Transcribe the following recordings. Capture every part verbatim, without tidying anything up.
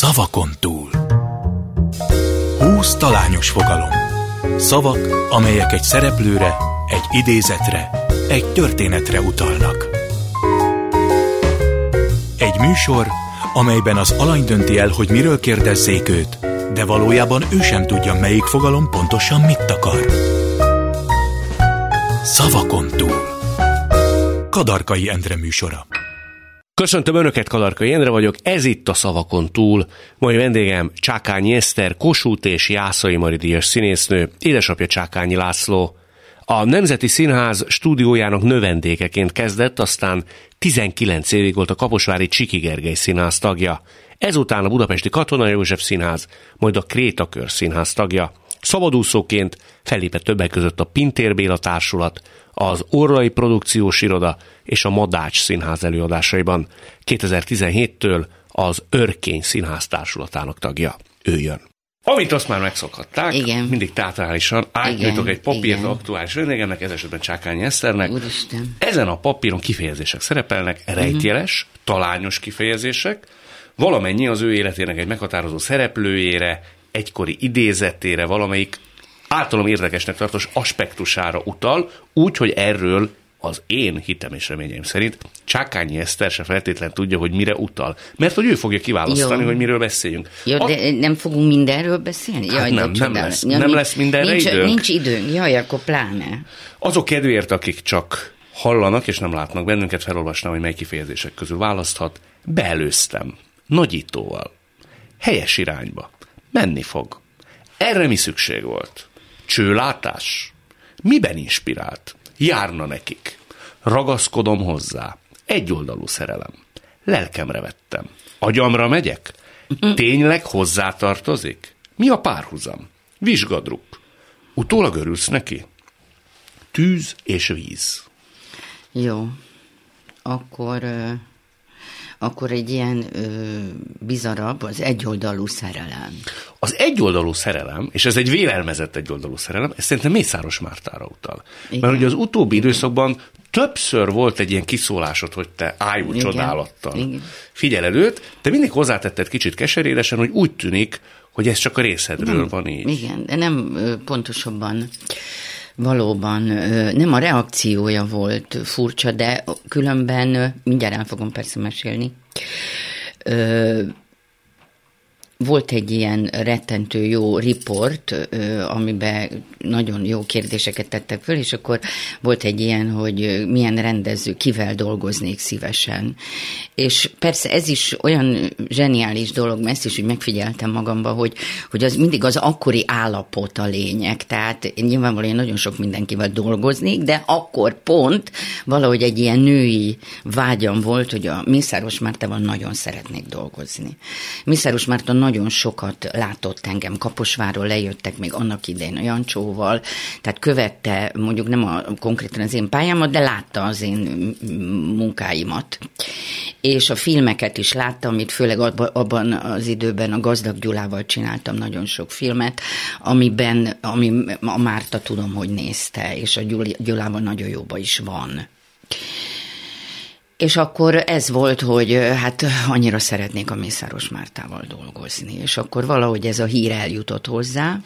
Szavakon túl. Húsz talányos fogalom. Szavak, amelyek egy szereplőre, egy idézetre, egy történetre utalnak. Egy műsor, amelyben az alany dönti el, hogy miről kérdezzék őt, de valójában ő sem tudja, melyik fogalom pontosan mit akar. Szavakon túl. Kadarkai Endre műsora. Köszöntöm Önöket, Kadarkai Endre vagyok, ez itt a Szavakon túl. Mai vendégem Csákányi Eszter, Kossuth és Jászai Mari díjas színésznő, édesapja Csákányi László. A Nemzeti Színház stúdiójának növendékeként kezdett, aztán tizenkilenc évig volt a kaposvári Csiki Gergely Színház tagja. Ezután a budapesti Katona József Színház, majd a Krétakör Színház tagja. Szabadúszóként fellépett többek között a Pintér Béla Társulat, az Orrai Produkciós Iroda és a Madács Színház előadásaiban. kétezer-tizenhéttől az Örkény Színház Társulatának tagja. Ő jön. Amit azt már megszokhatták, igen, mindig teátrálisan átnyújtok egy papírt igen. aktuális vendégemnek, ez esetben Csákányi Eszternek. Úristen. Ezen a papíron kifejezések szerepelnek, rejtjeles, uh-huh. talányos kifejezések, valamennyi az ő életének egy meghatározó szereplőjére, egykori idézetére, valamelyik általam érdekesnek tartós aspektusára utal, úgy, hogy erről az én hitem és reményeim szerint Csákányi Eszter se feltétlen tudja, hogy mire utal. Mert hogy ő fogja kiválasztani, jó. hogy miről beszéljünk. Jó, a... de nem fogunk mindenről beszélni? Hát Jaj, nem, nem lesz, ja, nem lesz mindenre nincs, időnk. Nincs időnk, jaj, akkor pláne. Azok kedvéért, akik csak hallanak és nem látnak bennünket, felolvasnám, hogy mely kifejezések közül választhat. Beelőztem. Nagyítóval. Helyes irányba. Menni fog. Erre mi szükség volt? Csőlátás? Miben inspirált? Járna nekik. Ragaszkodom hozzá. Egyoldalú szerelem. Lelkemre vettem. Agyamra megyek? Tényleg hozzátartozik? Mi a párhuzam? Vizsgadruk. Utólag örülsz neki? Tűz és víz. Jó. Akkor... Uh... akkor egy ilyen ö, bizarabb, az egyoldalú szerelem. Az egyoldalú szerelem, és ez egy vélelmezett egyoldalú szerelem, ez szerintem Mészáros Mártára utal. Igen. Mert ugye az utóbbi igen. időszakban többször volt egy ilyen kiszólásod, hogy te ájú igen. csodálattal. Igen. Figyeled őt, de mindig hozzátetted kicsit keserédesen, hogy úgy tűnik, hogy ez csak a részedről nem, van így. Igen, de nem pontosabban... Valóban nem a reakciója volt furcsa, de különben, mindjárt el fogom persze mesélni, volt egy ilyen rettentő jó riport, amiben nagyon jó kérdéseket tettek föl, és akkor volt egy ilyen, hogy milyen rendező, kivel dolgoznék szívesen. És persze ez is olyan zseniális dolog, mert ezt is úgy megfigyeltem magamban, hogy, hogy az mindig az akkori állapot a lényeg. Tehát én nyilvánvalóan nagyon sok mindenkivel dolgoznék, de akkor pont valahogy egy ilyen női vágyam volt, hogy a Mészáros Mártával nagyon szeretnék dolgozni. Mészáros Márta nagyon sokat látott engem Kaposvárról, lejöttek még annak idején a Jancsóval, tehát követte mondjuk nem a, konkrétan az én pályámat, de látta az én munkáimat. És a filmeket is látta, amit főleg abban az időben a Gazdag Gyulával csináltam nagyon sok filmet, amiben ami a Márta tudom, hogy nézte, és a Gyulával nagyon jóban is van. És akkor ez volt, hogy hát annyira szeretnék a Mészáros Mártával dolgozni. És akkor valahogy ez a hír eljutott hozzá,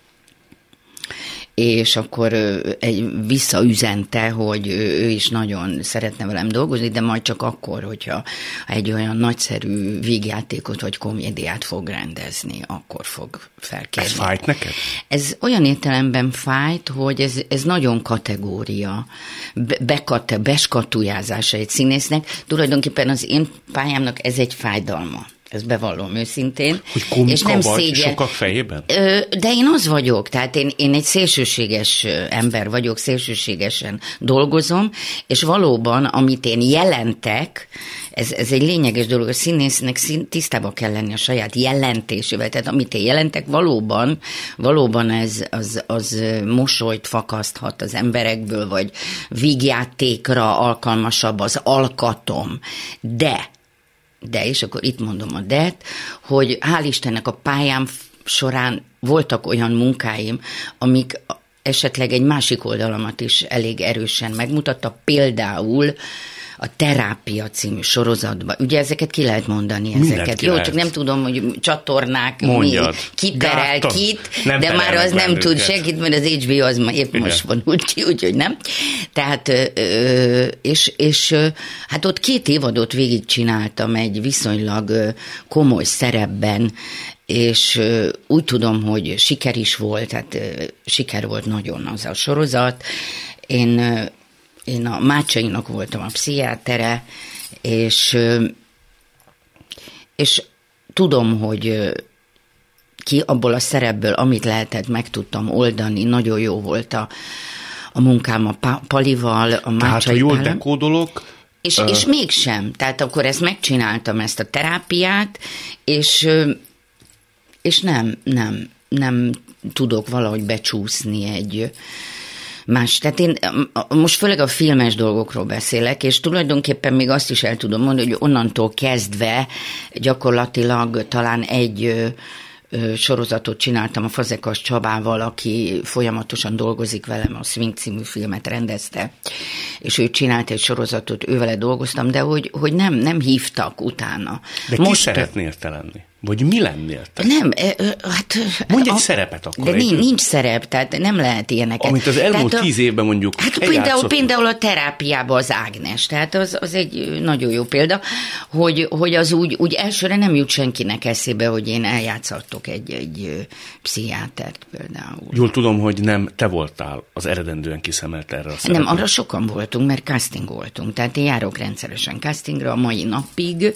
és akkor egy visszaüzente, hogy ő is nagyon szeretne velem dolgozni, de majd csak akkor, hogyha egy olyan nagyszerű vígjátékot vagy komédiát fog rendezni, akkor fog felkérni. Ez fájt neked? Ez olyan értelemben fájt, hogy ez, ez nagyon kategória, Bekat, beskatujázása egy színésznek. Tulajdonképpen az én pályámnak ez egy fájdalma. Ezt bevallom őszintén. Hogy komika és nem vagy szégyen. Sokak fejében? De én az vagyok, tehát én, én egy szélsőséges ember vagyok, szélsőségesen dolgozom, és valóban, amit én jelentek, ez, ez egy lényeges dolog, a színésznek tisztában kell lenni a saját jelentésével, tehát amit én jelentek, valóban, valóban ez az, az mosolyt fakaszthat az emberekből, vagy vígjátékra alkalmasabb az alkatom, de De, és akkor itt mondom a det, hogy hál' Istennek a pályám során voltak olyan munkáim, amik esetleg egy másik oldalamat is elég erősen megmutatta. Például a Terápia című sorozatban, ugye ezeket ki lehet mondani, ezeket. Jó, lehet. Csak nem tudom, hogy csatornák, mi, ki perel kit, nem de már az nem tud segít, mert az há bé o az ma épp igen. most vonult ki, úgyhogy nem. Tehát, és, és hát ott két évadot végigcsináltam egy viszonylag komoly szerepben, és úgy tudom, hogy siker is volt, tehát siker volt nagyon az a sorozat. Én, én a Mácsainak voltam a pszichiátere, és, és tudom, hogy ki abból a szerepből, amit lehetett, meg tudtam oldani, nagyon jó volt a, a munkám a Palival, a Mácsai. Tehát, ha jól dekódolok, és, uh... és mégsem. Tehát akkor ezt megcsináltam, ezt a terápiát, és és nem, nem, nem tudok valahogy becsúszni egy más. Tehát én most főleg a filmes dolgokról beszélek, és tulajdonképpen még azt is el tudom mondani, hogy onnantól kezdve gyakorlatilag talán egy sorozatot csináltam a Fazekas Csabával, aki folyamatosan dolgozik velem, a Swing című filmet rendezte, és ő csinált egy sorozatot, ővele dolgoztam, de hogy, hogy nem, nem hívtak utána. De ki Most szeretnél te lenni? Vagy mi lennél te? Nem, hát... Mondj egy a, szerepet akkor. De nincs, nincs szerep, tehát nem lehet ilyeneket. Amit az elmúlt tehát tíz évben mondjuk Hát például, például a Terápiában az Ágnes, tehát az, az egy nagyon jó példa, hogy, hogy az úgy, úgy elsőre nem jut senkinek eszébe, hogy én eljátszottok egy, egy pszichiátert például. Jól tudom, hogy nem te voltál az eredendően kiszemelt erre a szerepre. Nem, arra sokan voltunk, mert casting voltunk, tehát én járok rendszeresen castingra a mai napig,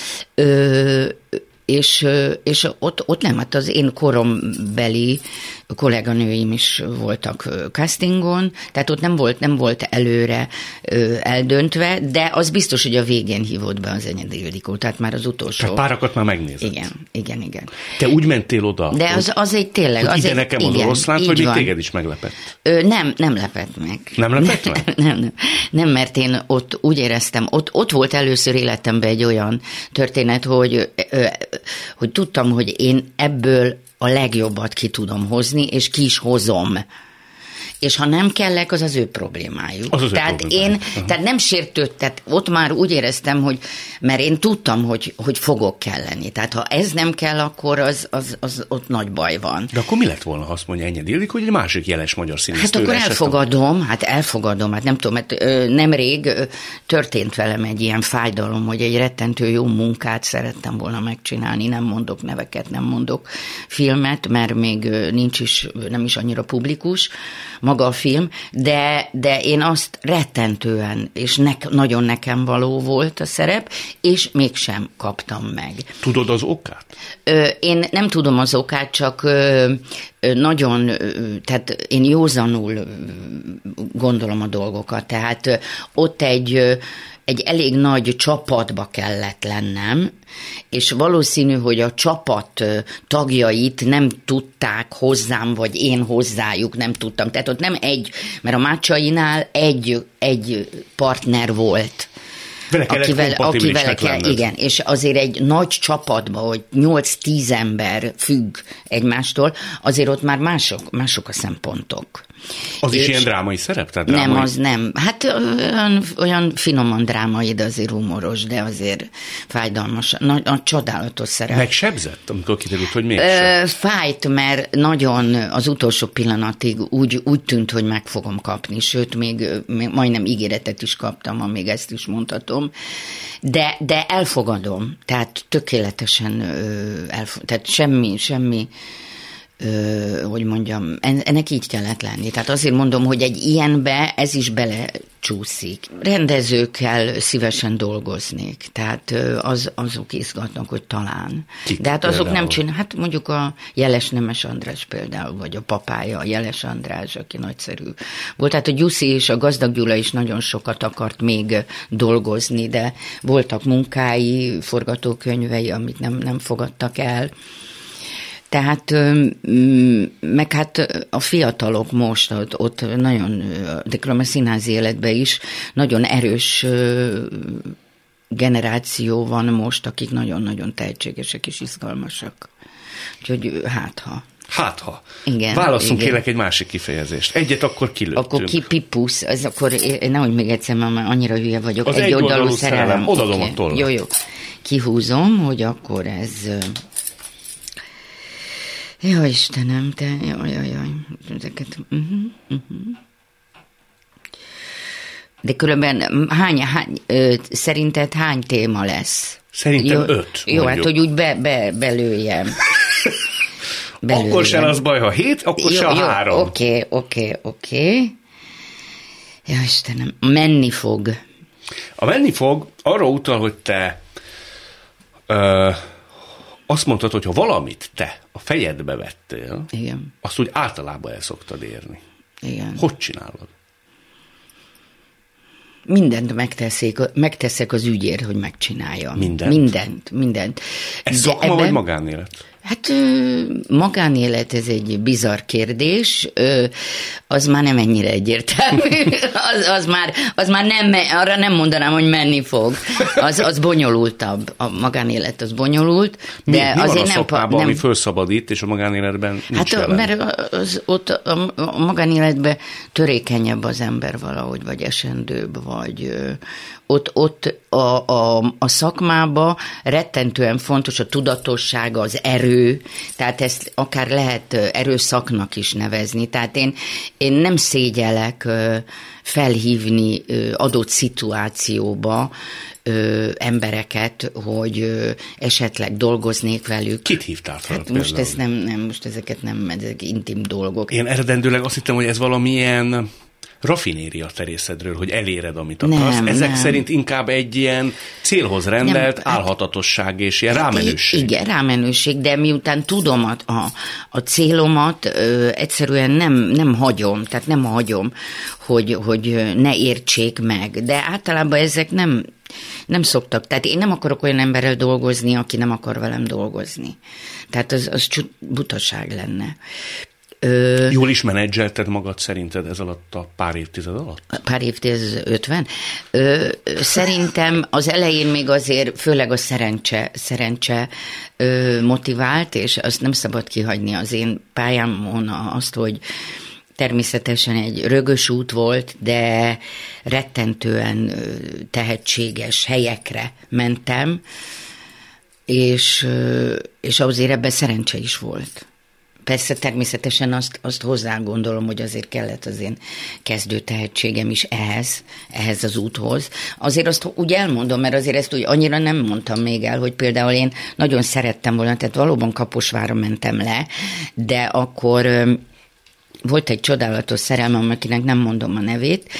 ö, És, és ott, ott nem, hát az én korombeli kolléganőim is voltak castingon, tehát ott nem volt, nem volt előre eldöntve, de az biztos, hogy a végén hívott be az Enyedi Ildikó, tehát már az utolsó. Tehát párakat már megnézett. Igen, igen, igen. Te úgy mentél oda? De az, az egy tényleg. Hogy az ide egy, nekem igen, az oroszlán, vagy még téged is meglepett? Ö, nem, nem lepett meg. Nem lepett meg? Nem, nem, nem, nem, mert én ott úgy éreztem, ott, ott volt először életemben egy olyan történet, hogy, hogy tudtam, hogy én ebből a legjobbat ki tudom hozni, és ki is hozom. És ha nem kellek, az az ő problémájuk. Az az tehát ő problémájuk. én, tehát nem sértődtet, ott már úgy éreztem, hogy, mert én tudtam, hogy, hogy fogok kelleni. Tehát ha ez nem kell, akkor az, az, az ott nagy baj van. De akkor mi lett volna, ha azt mondja Enyedi Ildikó, hogy egy másik jeles magyar színész? Hát akkor elfogadom, hát elfogadom, hát nem tudom, mert ö, nemrég ö, történt velem egy ilyen fájdalom, hogy egy rettentő jó munkát szerettem volna megcsinálni, nem mondok neveket, nem mondok filmet, mert még ö, nincs is, nem is annyira publikus maga a film, de, de én azt rettentően, és ne, nagyon nekem való volt a szerep, és mégsem kaptam meg. Tudod az okát? Ö, én nem tudom az okát, csak ö, nagyon, tehát én józanul gondolom a dolgokat, tehát ott egy egy elég nagy csapatba kellett lennem, és valószínű, hogy a csapat tagjait nem tudták hozzám, vagy én hozzájuk nem tudtam. Tehát ott nem egy, mert a Mácsainál egy, egy partner volt. Vele akivel, akivel kell, igen, és azért egy nagy csapatban, hogy nyolc-tíz ember függ egymástól, azért ott már mások, mások a szempontok. Az és is ilyen drámai szerep? Tehát drámai? Nem, az nem. Hát olyan, olyan finoman drámai, de azért humoros, de azért fájdalmas. Nagy, nagy csodálatos szerep. Megsebzett, amikor kiderült, hogy mégsem? Fájt, mert nagyon az utolsó pillanatig úgy, úgy tűnt, hogy meg fogom kapni, sőt, még, még majdnem ígéretet is kaptam, ha még ezt is mondhatom. De, de elfogadom, tehát tökéletesen elfogadom, tehát semmi, semmi Ö, hogy mondjam, ennek így kellett lenni. Tehát azért mondom, hogy egy ilyenbe ez is belecsúszik. Rendezőkkel szívesen dolgoznék, tehát az, azok izgatnak, hogy talán. Kik de hát azok például? nem csinál. Hát mondjuk a Jeles Nemes András például, vagy a papája, a Jeles András, aki nagyszerű volt. Tehát a Gyuszi és a Gazdag Gyula is nagyon sokat akart még dolgozni, de voltak munkái, forgatókönyvei, amit nem, nem fogadtak el. Tehát, meg hát a fiatalok most ott, ott nagyon, de különben a színházi életben is nagyon erős generáció van most, akik nagyon-nagyon tehetségesek és izgalmasak. Úgyhogy hát ha. Hát ha. Igen. Válasszunk igen. kérlek egy másik kifejezést. Egyet akkor kilőttünk. Akkor ki pipusz, az akkor, nehogy még egyszer, mert annyira hülye vagyok. Az egy, egy oldalú, oldalú szerelem. szerelem. Odadom okay. a tollat. Jó, jó. Kihúzom, hogy akkor ez... Ja, Istenem, te... Jaj, jaj, jaj. Ezeket... Uh-huh, uh-huh. De különben hány, hány, ö, szerinted hány téma lesz? Szerintem jó, öt. Jó, hát hogy úgy be, be, belőjem. belőjem. Akkor sem az baj, ha hét, akkor jó, se a jó, három. Oké, oké, oké. Ja, Istenem, menni fog. A menni fog arra utal, hogy te ö, azt mondtad, hogy ha valamit te a fejedbe vettél, igen. azt úgy általában el szoktad érni. Igen. Hogy csinálod? Mindent megteszik, megteszek az ügyért, hogy megcsinálja. Mindent? Mindent, mindent. Ez szakma ebben... vagy magánélet? Hát magánélet, ez egy bizarr kérdés, az már nem ennyire egyértelmű, az, az, már, az már nem, arra nem mondanám, hogy menni fog, az, az bonyolultabb, a magánélet az bonyolult, de mi, mi azért van a nem... szakmában, nem... ami felszabadít, és a magánéletben nincs Hát jelen? mert az, ott a, a magánéletben törékenyebb az ember valahogy, vagy esendőbb, vagy ott, ott a, a, a szakmában rettentően fontos a tudatosság, az erő, tehát ezt akár lehet erőszaknak is nevezni. Tehát én, én nem szégyellek felhívni adott szituációba embereket, hogy esetleg dolgoznék velük. Kit hívtál fel? Hát most, ezt nem, nem, most ezeket nem, ezek intim dolgok. Én eredendőleg azt hittem, hogy ez valamilyen rafinéria terészedről, hogy eléred, amit akarsz. Nem, Ezek nem. szerint inkább egy ilyen célhoz rendelt nem, álhatatosság és ilyen hát rámenőség. Igen, rámenőség, de miután tudom a, a, a célomat, ö, egyszerűen nem, nem hagyom, tehát nem hagyom, hogy, hogy ne értsék meg. De általában ezek nem, nem szoktak. Tehát én nem akarok olyan emberrel dolgozni, aki nem akar velem dolgozni. Tehát az, az butaság lenne. Ö, Jól is menedzselted magad szerinted ez alatt a pár évtized alatt? Pár évtized, ötven. Ö, szerintem az elején még azért főleg a szerencse, szerencse ö, motivált, és azt nem szabad kihagyni az én pályámon azt, hogy természetesen egy rögös út volt, de rettentően tehetséges helyekre mentem, és, és azért ebben szerencse is volt. Persze természetesen azt, azt hozzá gondolom, hogy azért kellett az én kezdő tehetségem is ehhez, ehhez az úthoz. Azért azt úgy elmondom, mert azért ezt úgy annyira nem mondtam még el, hogy például én nagyon szerettem volna, tehát valóban Kaposvárra mentem le, de akkor volt egy csodálatos szerelmem, akinek nem mondom a nevét,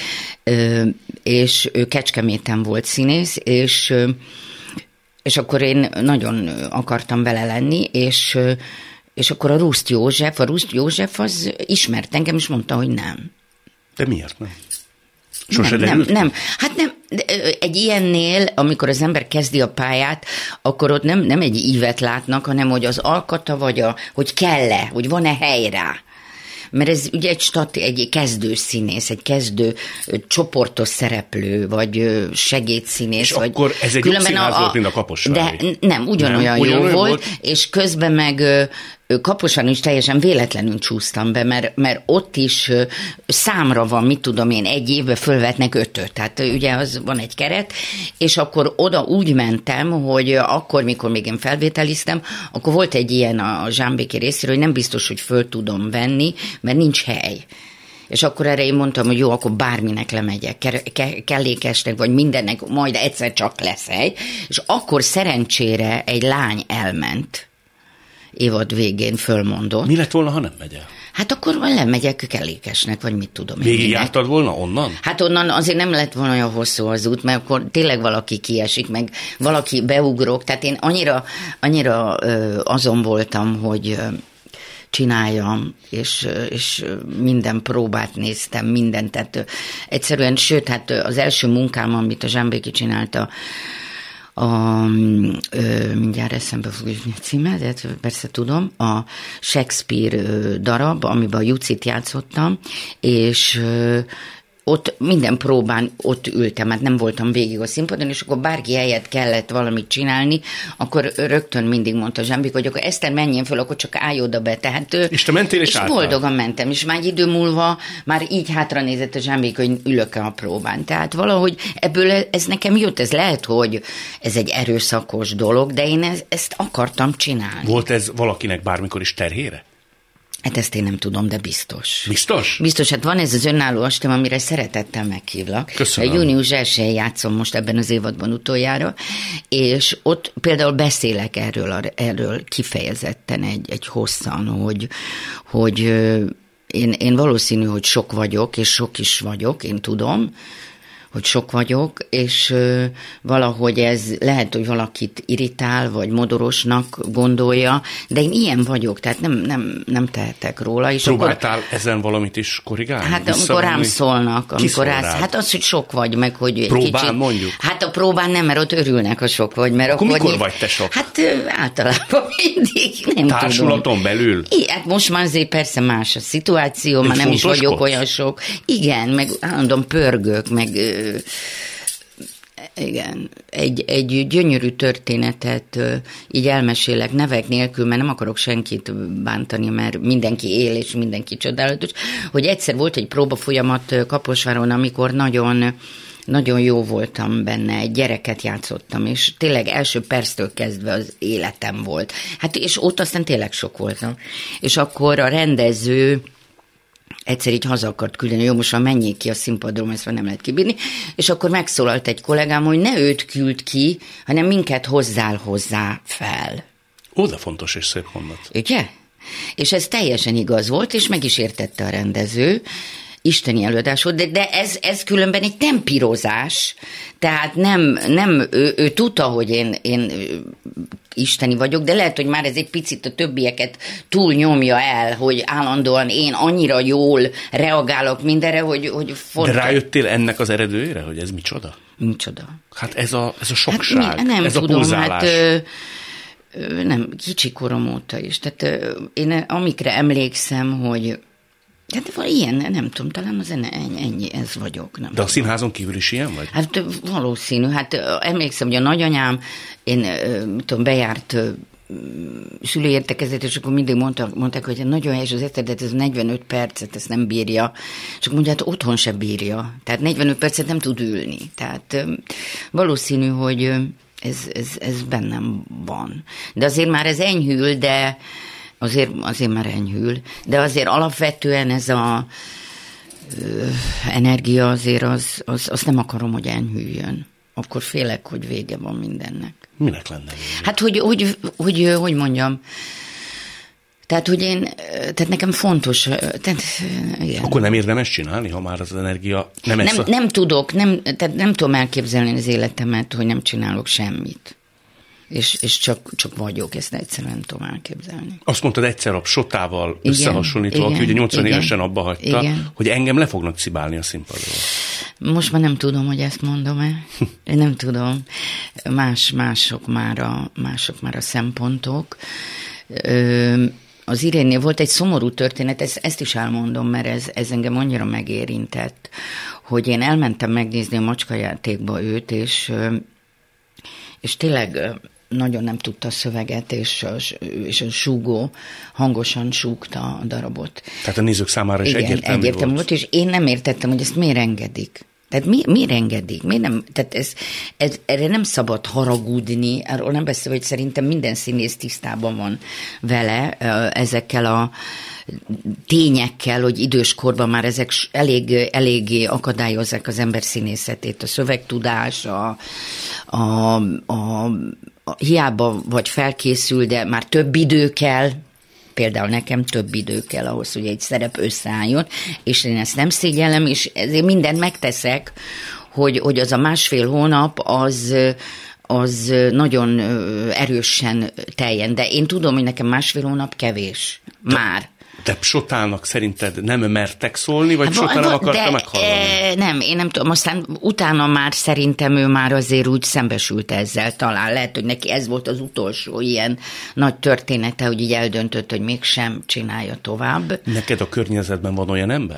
és ő Kecskeméten volt színész, és, és akkor én nagyon akartam vele lenni, és És akkor a Ruszt József, a Ruszt József az ismert engem, és mondta, hogy nem. De miért nem? Sose nem, nem, nem. Hát nem, egy ilyennél, amikor az ember kezdi a pályát, akkor ott nem, nem egy ívet látnak, hanem hogy az alkata, vagy a, hogy kell-e, hogy van-e hely rá. Mert ez ugye egy, stat, egy kezdő színész, egy kezdő csoportos szereplő, vagy segédszínész. És vagy akkor ez egy jobb színház volt, mint a Kaposvári. De nem, ugyanolyan nem, jó ugyanolyan volt, volt, és közben meg Kaposváron is teljesen véletlenül csúsztam be, mert, mert ott is számra van, mit tudom én, egy évben fölvetnek ötöt, tehát ugye az van egy keret, és akkor oda úgy mentem, hogy akkor, mikor még én felvételiztem, akkor volt egy ilyen a Zsámbéki részéről, hogy nem biztos, hogy föl tudom venni, mert nincs hely. És akkor erre én mondtam, hogy jó, akkor bárminek lemegyek, ke- ke- kellékesnek, vagy mindennek, majd egyszer csak lesz hely, és akkor szerencsére egy lány elment, évad végén fölmondott. Mi lett volna, ha nem megy el? Hát akkor lemegyek kellékesnek, vagy mit tudom. Végigjártad volna onnan? Hát onnan azért nem lett volna olyan hosszú az út, mert akkor tényleg valaki kiesik, meg valaki beugrok. Tehát én annyira, annyira ö, azon voltam, hogy ö, csináljam, és, és minden próbát néztem, mindent. Tehát ö, egyszerűen, sőt, hát az első munkám, amit a Zsámbéki csinálta, a, ö, mindjárt eszembe fog jutni a címe, de persze tudom, a Shakespeare darab, amiben a Jucit játszottam, és ö, ott minden próbán ott ültem, hát nem voltam végig a színpadon, és akkor bárki helyett kellett valamit csinálni, akkor rögtön mindig mondta Zsámbik, hogy akkor Eszter, menjen föl, akkor csak állj oda be. Tehát, és te mentél és, és álltál? boldogan mentem, és már egy idő múlva már így hátra nézett a Zsámbik, hogy ülök a próbán. Tehát valahogy ebből ez nekem jött, ez lehet, hogy ez egy erőszakos dolog, de én ez, ezt akartam csinálni. Volt ez valakinek bármikor is terhére? Hát ezt én nem tudom, de biztos. Biztos? Biztos, hát van ez az önálló astem, amire szeretettel meghívlak. Köszönöm. Június elsején játszom most ebben az évadban utoljára, és ott például beszélek erről, erről kifejezetten egy, egy hosszan, hogy, hogy én, én valószínű, hogy sok vagyok, és sok is vagyok, én tudom, hogy sok vagyok, és ö, valahogy ez lehet, hogy valakit irritál, vagy modorosnak gondolja, de én ilyen vagyok, tehát nem, nem, nem tehetek róla. És próbáltál akkor, ezen valamit is korrigálni? Hát amikor rám szólnak, amikor rász, hát az, hogy sok vagy, meg hogy próbán kicsit, mondjuk? Hát a próbán nem, mert ott örülnek, ha sok vagy. Mert akkor, akkor mikor nyilv... vagy te sok? Hát általában mindig, nem Társulaton tudom. belül? I, hát most már azért persze más a szituáció, egy már nem is vagyok kocz? olyan sok. Igen, meg állandóan pörgök, meg igen, egy, egy gyönyörű történetet így elmesélek nevek nélkül, mert nem akarok senkit bántani, mert mindenki él, és mindenki csodálatos, hogy egyszer volt egy próbafolyamat Kaposváron, amikor nagyon, nagyon jó voltam benne, egy gyereket játszottam, és tényleg első perctől kezdve az életem volt. Hát és ott aztán tényleg sok voltam. És akkor a rendező egyszer így haza akart küldeni, jó, most már menjék ki a színpadról, ezt már nem lehet kibírni, és akkor megszólalt egy kollégám, hogy ne őt küld ki, hanem minket hozzál hozzá fel. Oda fontos és szép mondat. Ugye? És ez teljesen igaz volt, és meg is értette a rendező, isteni előadás volt, de, de ez, ez különben egy tempírozás, tehát nem, nem ő, ő tudta, hogy én, én isteni vagyok, de lehet, hogy már ez egy picit a többieket túl nyomja el, hogy állandóan én annyira jól reagálok mindenre, hogy, hogy fontos. De rájöttél ennek az eredőjére, hogy ez micsoda? Micsoda? Hát ez a, ez a sokság, hát mi, nem ez tudom, a pulzálás. Hát, ö, ö, nem, kicsi korom óta is. Tehát ö, én amikre emlékszem, hogy hát van ilyen, nem tudom, talán az ennyi, ennyi ez vagyok. Nem De a tudom. színházon kívül is ilyen vagy? Hát valószínű. Hát emlékszem, hogy a nagyanyám, én tudom, bejárt szülőértekezett, és akkor mindig mondták, mondták, hogy nagyon helyes az Eszter, de ez negyvenöt percet, ezt nem bírja. És akkor mondja, hát otthon se bírja. Tehát negyvenöt percet nem tud ülni. Tehát valószínű, hogy ez, ez, ez bennem van. De azért már ez enyhül, de azért, azért már enyhül. De azért alapvetően ez a ö, energia azért az, az, az nem akarom, hogy enyhüljön. Akkor félek, hogy vége van mindennek. Minek lenne vége? Hát, hogy, hogy, hogy, hogy mondjam, tehát, hogy én, tehát nekem fontos, tehát, igen. Akkor nem érdemes csinálni, ha már az energia nem Nem, a... nem tudok, nem, tehát nem tudom elképzelni az életemet, hogy nem csinálok semmit. És, és csak, csak vagyok, ezt egyszerűen nem tudom elképzelni. Azt mondtad egyszer a Sotával Igen, összehasonlítva, igen, aki ugye nyolcvan igen, évesen abba hagyta, igen. hogy engem le fognak cibálni a színpadról. Most már nem tudom, hogy ezt mondom-e. Én nem tudom. Más, mások, már a, mások már a szempontok. Ö, az Irénnél volt egy szomorú történet, ezt, ezt is elmondom, mert ez, ez engem annyira megérintett, hogy én elmentem megnézni a macskajátékba őt, és, és tényleg nagyon nem tudta a szöveget, és a, és a súgó hangosan súgta a darabot. Tehát a nézők számára is Igen, egyértelmű, egyértelmű volt. volt, és én nem értettem, hogy ezt miért engedik. Tehát mi, miért engedik? Miért nem, tehát ez, ez, erre nem szabad haragudni, arról nem beszél, hogy szerintem minden színész tisztában van vele, ezekkel a tényekkel, hogy időskorban már ezek elég, eléggé akadályozzák az ember színészetét, a szövegtudás, a, a, a, a hiába vagy felkészül, de már több idő kell, például nekem több idő kell ahhoz, hogy egy szerep összeálljon, és én ezt nem szégyellem, és ezért mindent megteszek, hogy, hogy az a másfél hónap az, az nagyon erősen teljen. De én tudom, hogy nekem másfél hónap kevés. Már. De Sotának szerinted nem mertek szólni, vagy Hát, Sota nem akarta de, meghallani? E, nem, én nem tudom. Aztán utána már szerintem ő már azért úgy szembesült ezzel talán. Lehet, hogy neki ez volt az utolsó ilyen nagy története, hogy így eldöntött, hogy mégsem csinálja tovább. Neked a környezetben van olyan ember,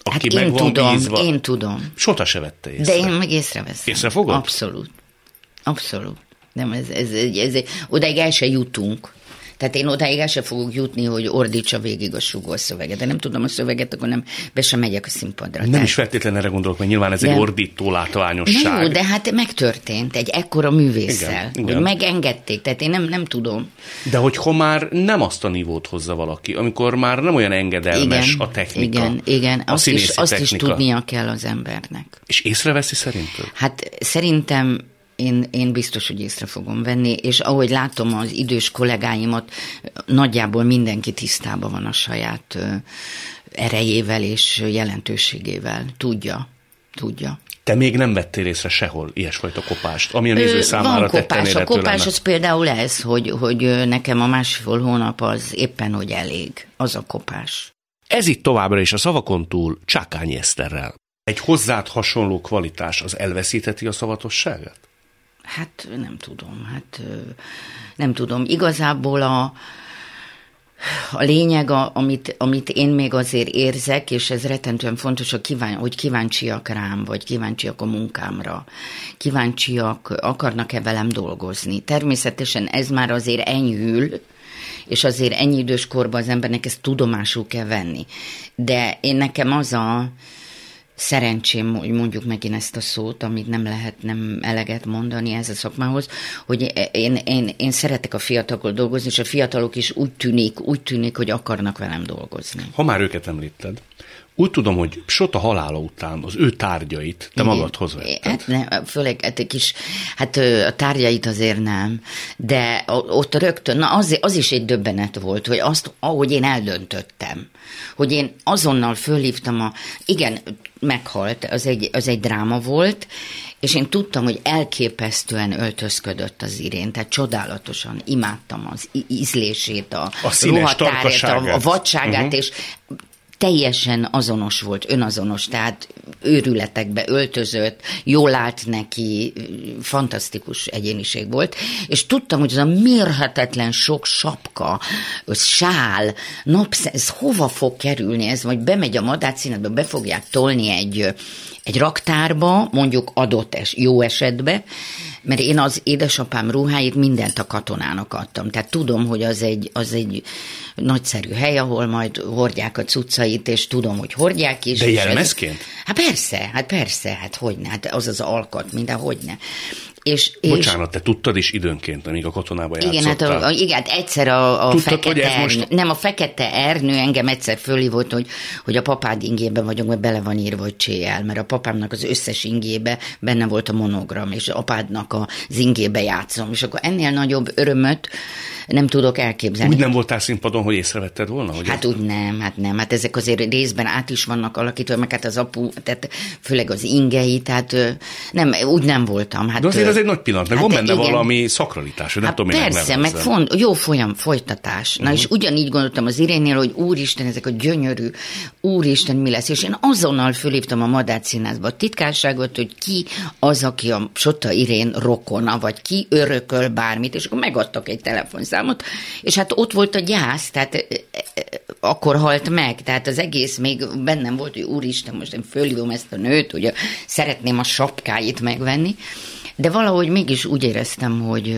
Aki hát meg én van tudom, bízva. én tudom. Sota se vette észre. De én meg észreveszem. Észrefogod? Abszolút. Abszolút. Nem, ez, ez, ez, ez, odáig el se jutunk. Tehát én odáig el se fogok jutni, hogy ordítsa végig a sugószöveget. De nem tudom a szöveget, akkor nem, be sem megyek a színpadra. Nem Tehát... is feltétlenül erre gondolok, mert nyilván ez de... egy ordító látványosság. Na jó, de hát megtörtént egy ekkora művésszel, igen, hogy igen. megengedték, tehát én nem, nem tudom. De hogyha már nem azt a nivót hozza valaki, amikor már nem olyan engedelmes igen, a technika. Igen, igen, a azt, is, azt is technika. tudnia kell az embernek. És észreveszi szerinted? Hát szerintem Én, én biztos, hogy észre fogom venni, és ahogy látom az idős kollégáimat, nagyjából mindenki tisztában van a saját erejével és jelentőségével. Tudja, tudja. Te még nem vettél észre sehol ilyesfajta kopást, ami a néző számára van tetten kopás. A kopás lenne. az például ez, hogy, hogy nekem a másfél hónap az éppen, hogy elég. Az a kopás. Ez itt továbbra is a szavakon túl Csákányi Eszterrel. Egy hozzád hasonló kvalitás az elveszítheti a szavatosságát? Hát nem tudom, hát nem tudom. Igazából a, a lényeg, a, amit, amit én még azért érzek, és ez rettentően fontos, hogy, kíván, hogy kíváncsiak rám, vagy kíváncsiak a munkámra. Kíváncsiak, akarnak-e velem dolgozni. Természetesen ez már azért enyhül, és azért ennyi idős korban az embernek ezt tudomásul kell venni. De én nekem az a szerencsém, hogy mondjuk megint ezt a szót, amit nem lehet nem eleget mondani ez a szakmához, hogy én, én, én szeretek a fiatalokkal dolgozni, és a fiatalok is úgy tűnik, úgy tűnik, hogy akarnak velem dolgozni. Ha már őket említed, úgy tudom, hogy Sota halála után az ő tárgyait te magadhoz vetted. Hát ne, főleg hát egy kis, hát a tárgyait azért nem, de ott rögtön, na az, az is egy döbbenet volt, hogy azt, ahogy én eldöntöttem, hogy én azonnal fölhívtam a, igen, meghalt, az egy, az egy dráma volt, és én tudtam, hogy elképesztően öltözködött az Irén, tehát csodálatosan imádtam az ízlését, a, a színes ruhatárját, a, a vadságát, uh-huh. és teljesen azonos volt, önazonos, tehát őrületekbe öltözött, jól állt neki, fantasztikus egyéniség volt, és tudtam, hogy az a mérhetetlen sok sapka, sál, napsz, ez hova fog kerülni, ez vagy bemegy a madárszínetbe, be fogják tolni egy, egy raktárba, mondjuk adott es, jó esetbe, mert én az édesapám ruháit mindent a katonának adtam. Tehát tudom, hogy az egy, az egy nagyszerű hely, ahol majd hordják a cuccait, és tudom, hogy hordják is. De jelmezként? Hát persze, hát persze, hát hogyne, hát az az alkat, minden hogyne. És, Bocsánat, és, te tudtad is időnként, amíg a katonába játszottál? Igen, hát, a, a, igen, hát egyszer a, a Tudtad, fekete ernő, most... nem, a fekete ernő engem egyszer fölhívott, hogy, hogy a papád ingében vagyunk, mert bele van írva, hogy csél, mert a papámnak az összes ingébe benne volt a monogram, és apádnak az ingébe játszom, és akkor ennél nagyobb örömöt nem tudok elképzelni. Úgy nem voltál színpadon, hogy észrevetted volna? Hogy hát ez... úgy nem, hát nem, hát ezek azért részben át is vannak alakítva, meg hát az apu, tehát főleg az ingei, tehát nem, úgy nem voltam. Hát, de azért ez egy nagy pillanat, meg hát van benne igen. valami szakralitás, hogy nem hát tudom, persze, meg font, jó folyam, folytatás. Na uh-huh. és ugyanígy gondoltam az Irénnél, hogy úristen, ezek a gyönyörű, úristen, mi lesz, és én azonnal fölhívtam a Madárszínházba a titkárságot, hogy ki az, aki a Sota Irén rokona, vagy ki örököl bármit, és akkor megadtak egy telefonszámot, és hát ott volt a gyász, tehát akkor halt meg, tehát az egész még bennem volt, hogy úristen, most én fölhívom ezt a nőt, hogy szeretném a sapkáit megvenni, de valahogy mégis úgy éreztem, hogy,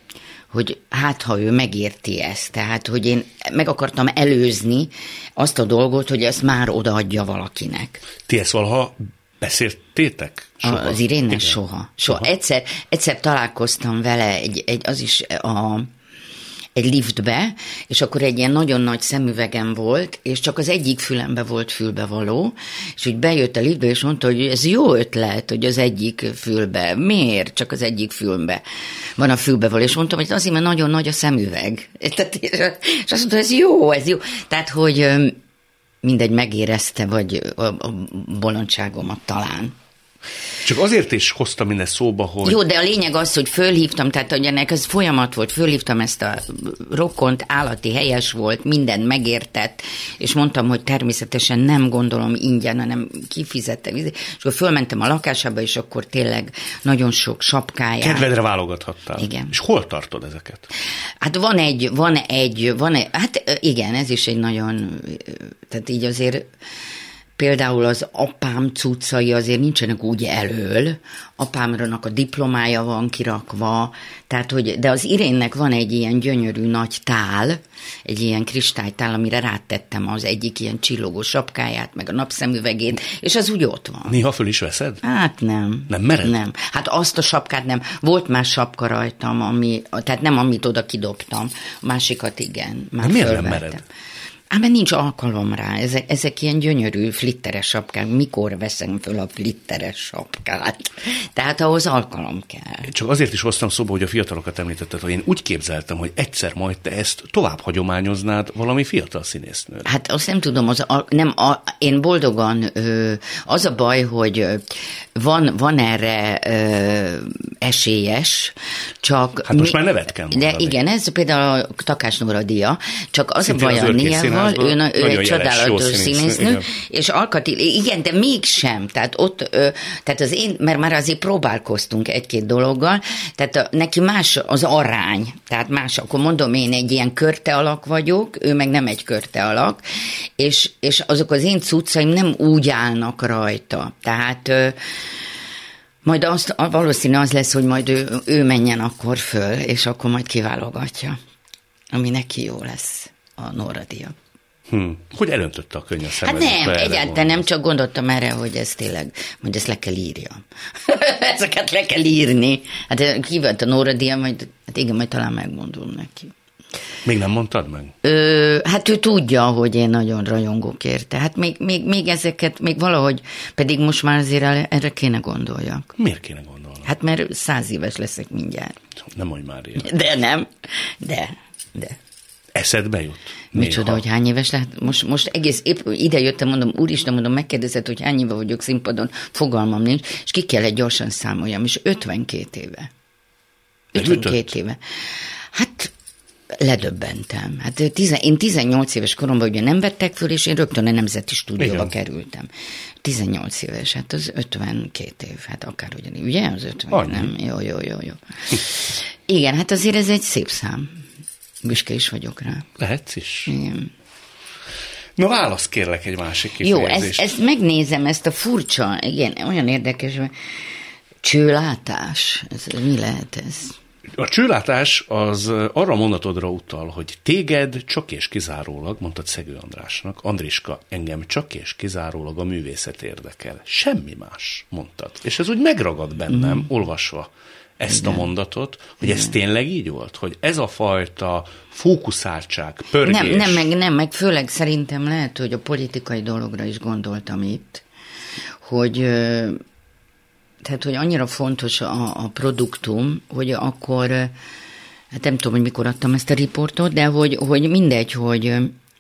hogy hát, ha ő megérti ezt, tehát, hogy én meg akartam előzni azt a dolgot, hogy ezt már odaadja valakinek. Ti ezt valaha beszéltétek? Soha? Az Irénnel soha. soha. Egyszer, egyszer találkoztam vele, egy, egy, az is a... egy liftbe, és akkor egy ilyen nagyon nagy szemüvegem volt, és csak az egyik fülembe volt fülbevaló, és úgy bejött a liftbe, és mondta, hogy ez jó ötlet, hogy az egyik fülbe. Miért csak az egyik fülbe van a fülbevaló? És mondtam, hogy azért, mert nagyon nagy a szemüveg. És azt mondta, ez jó, ez jó. Tehát, hogy mindegy, megérezte, vagy a, a bolondságomat talán. Csak azért is hoztam mindezt szóba, hogy... Jó, de a lényeg az, hogy fölhívtam, tehát hogy ennek ez folyamat volt, fölhívtam ezt a rokont, állati helyes volt, mindent megértett, és mondtam, hogy természetesen nem gondolom ingyen, hanem kifizettem. És akkor fölmentem a lakásába, és akkor tényleg nagyon sok sapkáját. Kedvedre válogathattál. Igen. És hol tartod ezeket? Hát van egy, van egy, van egy, hát igen, ez is egy nagyon, tehát így azért... például az apám cuccai azért nincsenek úgy elől, apámnak a diplomája van kirakva, tehát hogy, de az Irénnek van egy ilyen gyönyörű nagy tál, egy ilyen kristálytál, amire rátettem az egyik ilyen csillogó sapkáját, meg a napszemüvegét, és az úgy ott van. Néha föl is veszed? Hát nem. Nem mered? Nem. Hát azt a sapkát nem. Volt más sapka rajtam, ami, tehát nem amit oda kidobtam, a másikat igen. Már de miért fölvettem. nem mered? Hát mert nincs alkalom rá. Ezek, ezek ilyen gyönyörű flitteres sapkák. Mikor veszem föl a flitteres sapkát? Tehát ahhoz alkalom kell. Csak azért is hoztam szóba, hogy a fiatalokat említetted, hogy én úgy képzeltem, hogy egyszer majd te ezt tovább hagyományoznád valami fiatal színésznőre. Hát azt nem tudom, az a, nem a, én boldogan, ö, az a baj, hogy van, van erre ö, esélyes, csak... Hát most mi, már nevet kell mondani. De igen, ez például a Takás Nóra díja, csak az szintén a baj a Néával, ő, ő egy csodálatos színésznő, és Alkati, igen, de mégsem, tehát ott, ö, tehát az én, mert már azért próbálkoztunk egy-két dologgal, tehát a, neki más az arány, tehát más, akkor mondom, én egy ilyen körte alak vagyok, ő meg nem egy körte alak, és, és azok az én cuccaim nem úgy állnak rajta, tehát ö, majd azt, valószínű az lesz, hogy majd ő, ő menjen akkor föl, és akkor majd kiválogatja, ami neki jó lesz a Nóra díja. Hm. Hogy elöntötte a könny a szemedbe? Hát nem, egyáltalán nem, csak gondoltam erre, hogy ez tényleg, hogy ezt le kell írjam. Ezeket le kell írni. Hát kivett a Nóra díja, majd, hát igen, majd talán megmondom neki. Még nem mondtad meg? Ö, hát ő tudja, hogy én nagyon rajongok érte. Hát még, még, még ezeket, még valahogy, pedig most már azért erre kéne gondoljak. Miért kéne gondolni? Hát mert száz éves leszek mindjárt. Nem mondj már ilyen. De nem, de, de. Eszedbe jut? Micsoda, hogy hány éves lehet? Most, most egész épp ide jöttem, mondom, úristen, mondom, megkérdezett, hogy hány éve vagyok színpadon, fogalmam nincs, és ki kellett gyorsan számoljam, és ötvenkét éve. ötvenkét éve. Hát ledöbbentem. Hát tizen, én tizennyolc éves koromban ugye nem vettek föl, és én rögtön a Nemzeti Stúdióba igen. kerültem. tizennyolc éves, hát az ötvenkét év, hát akárhogy, ugye az ötven, annyi. Nem? Jó, jó, jó, jó. Igen, hát azért ez egy szép szám. Büszke is vagyok rá. Lehetsz is. Igen. Na válasz kérlek egy másik kifejezést. Jó, ezt, ezt megnézem, ezt a furcsa, igen, olyan érdekes, csőlátás, ez, mi lehet ez? A csőlátás az arra mondatodra utal, hogy téged csak és kizárólag, mondtad Szegő Andrásnak, Andriska, engem csak és kizárólag a művészet érdekel. Semmi más, mondtad. És ez úgy megragad bennem, mm. olvasva ezt igen. a mondatot, hogy igen. ez tényleg így volt? Hogy ez a fajta fókuszáltság, pörgés... Nem, nem, meg, nem, meg főleg szerintem lehet, hogy a politikai dologra is gondoltam itt, hogy, tehát, hogy annyira fontos a, a produktum, hogy akkor, hát nem tudom, hogy mikor adtam ezt a riportot, de hogy, hogy mindegy, hogy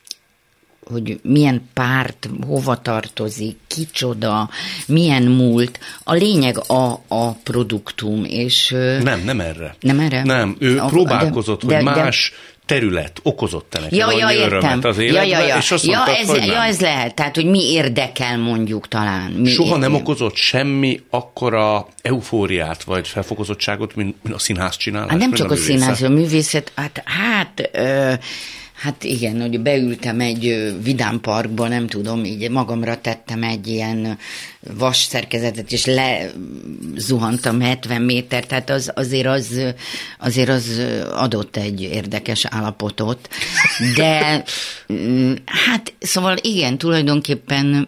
hogy milyen párt, hova tartozik, kicsoda, milyen múlt. A lényeg a, a produktum, és... Nem, nem erre. Nem erre? Nem, ő a, próbálkozott, de, hogy de, más de, terület okozott-e neki ja, ja, annyi örömet az életben, ja, ja, ja. és azt ja, mondtad, ez, hogy nem. Ja, ez lehet, tehát, hogy mi érdekel mondjuk talán. Mi Soha érdekel. nem okozott semmi akkora eufóriát, vagy felfokozottságot, mint, mint a színház csinálás? Hát nem csak a, a színház, a művészet, hát, hát ö, Hát igen, hogy beültem egy vidám parkba, nem tudom, így magamra tettem egy ilyen vas szerkezetet, és lezuhantam hetven méter, tehát az, azért, az, azért az adott egy érdekes állapotot. De hát szóval igen, tulajdonképpen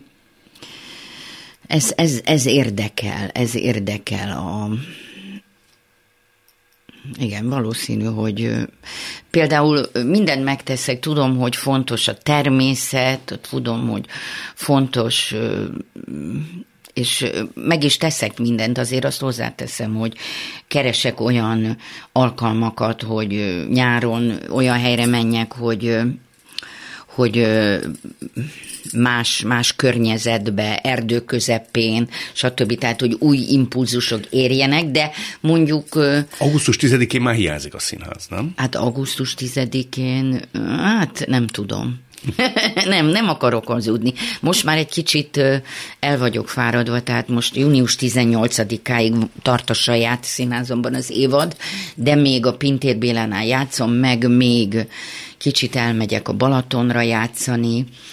ez, ez, ez érdekel, ez érdekel a... Igen, valószínű, hogy például mindent megteszek, tudom, hogy fontos a természet, tudom, hogy fontos, és meg is teszek mindent, azért azt hozzáteszem, hogy keresek olyan alkalmakat, hogy nyáron olyan helyre menjek, hogy hogy más, más környezetbe, erdő közepén, stb. Tehát, hogy új impulzusok érjenek, de mondjuk... augusztus tizedikén már hiányzik a színház, nem? Hát augusztus tizedikén, hát nem tudom. nem, nem akarok hazudni. Most már egy kicsit el vagyok fáradva, tehát most június tizennyolcadikáig tart a saját színházomban az évad, de még a Pintér Bélánál játszom, meg még kicsit elmegyek a Balatonra játszani,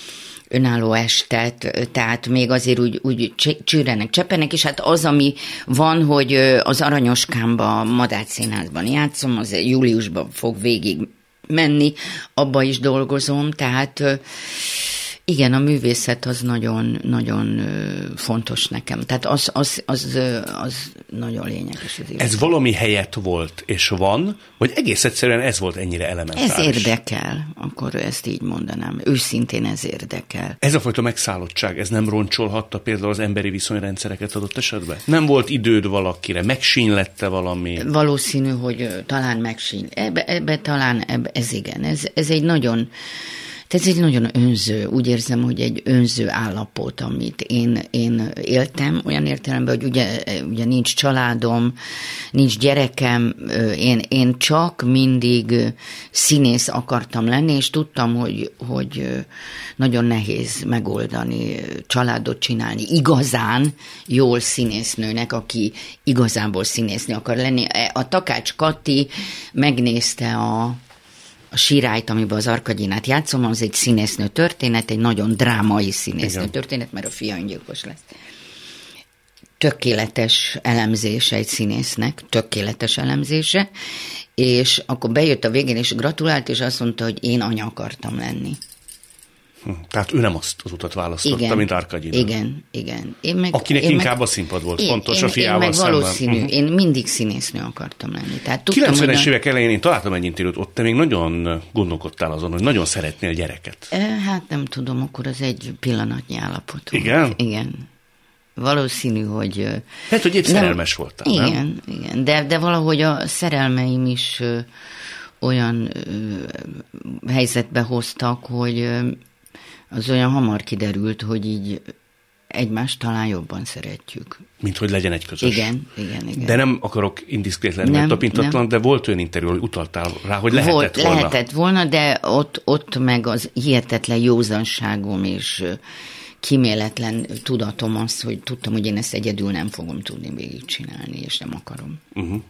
önálló estet, tehát még azért úgy, úgy csűrenek, csepenek, és hát az, ami van, hogy az Aranyoskámba, Madách Színházban játszom, az júliusban fog végig menni, abba is dolgozom, tehát igen, a művészet az nagyon, nagyon fontos nekem. Tehát az, az, az, az nagyon lényeges. Az ez valami helyett volt, és van, vagy egész egyszerűen ez volt ennyire elementáris? Ez érdekel, akkor ezt így mondanám. Őszintén ez érdekel. Ez a fajta megszállottság, ez nem roncsolhatta például az emberi viszonyrendszereket adott esetben? Nem volt időd valakire, megsínylette valami? Valószínű, hogy talán megsíny. Ebbe, ebbe talán, ebbe, ez igen, ez, ez egy nagyon... Ez egy nagyon önző, úgy érzem, hogy egy önző állapot, amit én, én éltem, olyan értelemben, hogy ugye, ugye nincs családom, nincs gyerekem, én, én csak mindig színész akartam lenni, és tudtam, hogy, hogy nagyon nehéz megoldani, családot csinálni igazán jól színésznőnek, aki igazából színésznő akar lenni. A Takács Kati megnézte a a Sirályt, amiben az Arkadinát játszom, az egy színésznő történet, egy nagyon drámai színésznő Igen. történet, mert a fia öngyilkos lesz. Tökéletes elemzése egy színésznek, tökéletes elemzése, és akkor bejött a végén, és gratulált, és azt mondta, hogy én anya akartam lenni. Hm, tehát ő nem azt az utat választotta, igen, mint Arkadina. Igen, igen. Én meg, Akinek én inkább meg, a színpad volt én, fontos én, a fiával én meg szemben. valószínű, uh-huh. én mindig színésznő akartam lenni. Tehát tudtam, kilencvenes hogy évek elején én találtam egy interjút, ott te még nagyon gondolkodtál azon, hogy nagyon szeretnél gyereket. Hát nem tudom, akkor az egy pillanatnyi állapot. Igen? Igen. Valószínű, hogy... Hát, hogy épp nem, szerelmes voltál, igen, nem? Igen, de, de valahogy a szerelmeim is ö, olyan ö, helyzetbe hoztak, hogy ö, az olyan hamar kiderült, hogy így egymást talán jobban szeretjük. Mint hogy legyen egy közös. Igen, igen, igen. De nem akarok indiszkrét lenni, mert tapintatlan, de volt olyan interjú, hogy utaltál rá, hogy lehetett volt, volna. Lehetett volna, de ott, ott meg az hihetetlen józanságom és kíméletlen tudatom az, hogy tudtam, hogy én ezt egyedül nem fogom tudni végigcsinálni, és nem akarom. Uh-huh.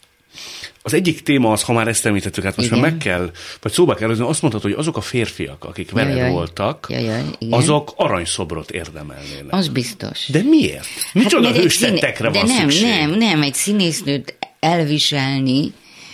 Az egyik téma az, ha már ezt említettük, hát most igen. már meg kell, vagy szóba kell, azt mondhatod, hogy azok a férfiak, akik veled jaj, voltak, jaj, jaj, azok aranyszobrot érdemelnének. Az biztos. De miért? Micsoda hát, hőstettekre színe... van De nem, szükség? nem, nem, egy színésznőt elviselni,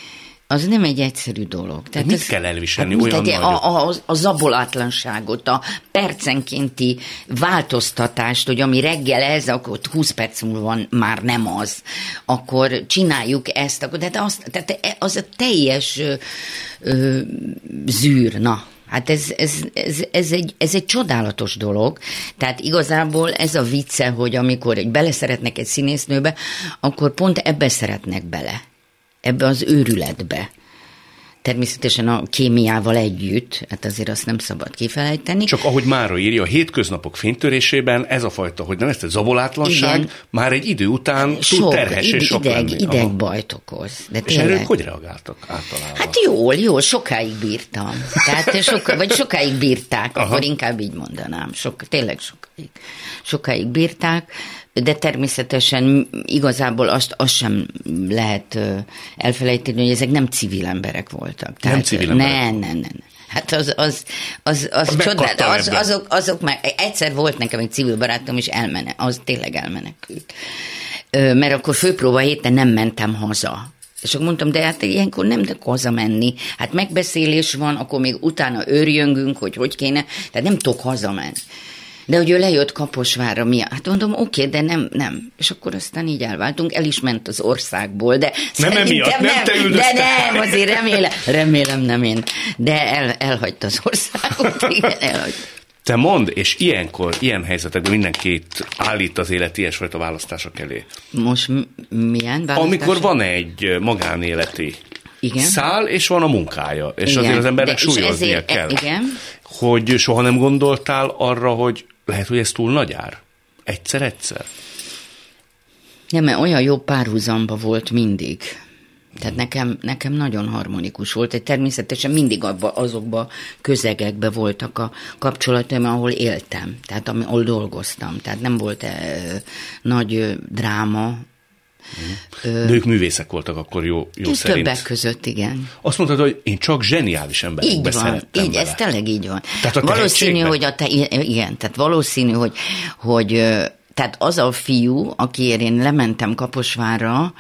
az nem egy egyszerű dolog. Tehát mit ez, kell elviselni hát olyan nagyot? A, a, a zabolátlanságot, a percenkénti változtatást, hogy ami reggel ez, akkor húsz perc múlva már nem az, akkor csináljuk ezt, akkor, tehát, az, tehát az a teljes ö, ö, zűr, na. Hát ez, ez, ez, ez, egy, ez egy csodálatos dolog. Tehát igazából ez a vicce, hogy amikor beleszeretnek egy színésznőbe, akkor pont ebbe szeretnek bele. Ebbe az őrületbe. Természetesen a kémiával együtt, hát azért azt nem szabad kifelejteni. Csak ahogy Mára írja, a hétköznapok fénytörésében ez a fajta, hogy nem ezt a zabolátlanság, igen, már egy idő után sok, tud terhes id- és sok ideg, lenni. Idegbajt okoz. De és erről hogy reagáltak általában? Hát jól, jól, sokáig bírtam. Tehát soka, vagy sokáig bírták, aha, akkor inkább így mondanám. Sok, tényleg sokáig. Sokáig bírták, de természetesen igazából azt, azt sem lehet elfelejteni, hogy ezek nem civil emberek voltak. Tehát, nem civil emberek? Nem, nem, nem. Hát az, az, az, az csodál, az, azok, azok már, egyszer volt nekem egy civil barátom, és elmene, az tényleg elmenekült. Mert akkor főpróba héten nem mentem haza. És akkor mondtam, de hát ilyenkor nem tudok hazamenni. Hát megbeszélés van, akkor még utána őrjöngünk, hogy hogy kéne, tehát nem tudok hazamenni. De hogy ő lejött Kaposvárra, mi? Hát mondom, oké, de nem, nem. És akkor aztán így elváltunk, el is ment az országból, de nem emiatt, nem, nem te üldöztek. De nem, azért remélem, remélem nem én. De el, elhagyta az országot, igen, elhagyta. Te mondd, és ilyenkor, ilyen helyzetekben mindenkit állít az élet ilyesfajta választások elé. Most m- milyen választások? Amikor van egy magánéleti igen, szál, és van a munkája, és igen, azért az embernek súlyoznia ezért, kell. Igen. Hogy soha nem gondoltál arra, hogy lehet, hogy ez túl nagy ár? Egyszer-egyszer? Nem, mert olyan jó párhuzamba volt mindig. Tehát nekem, nekem nagyon harmonikus volt. Természetesen mindig abba, azokba közegekbe voltak a kapcsolataim, ahol éltem, tehát ahol dolgoztam. Tehát nem volt e, nagy dráma. De ők művészek voltak akkor jó, jó szerint. Többek között, igen. Azt mondtad, hogy én csak zseniális emberekbe szerettem így, bele. ez tényleg így van. Tehát a valószínű, hogy a te, igen, tehát valószínű, hogy, hogy tehát az a fiú, akiért én lementem Kaposvárra,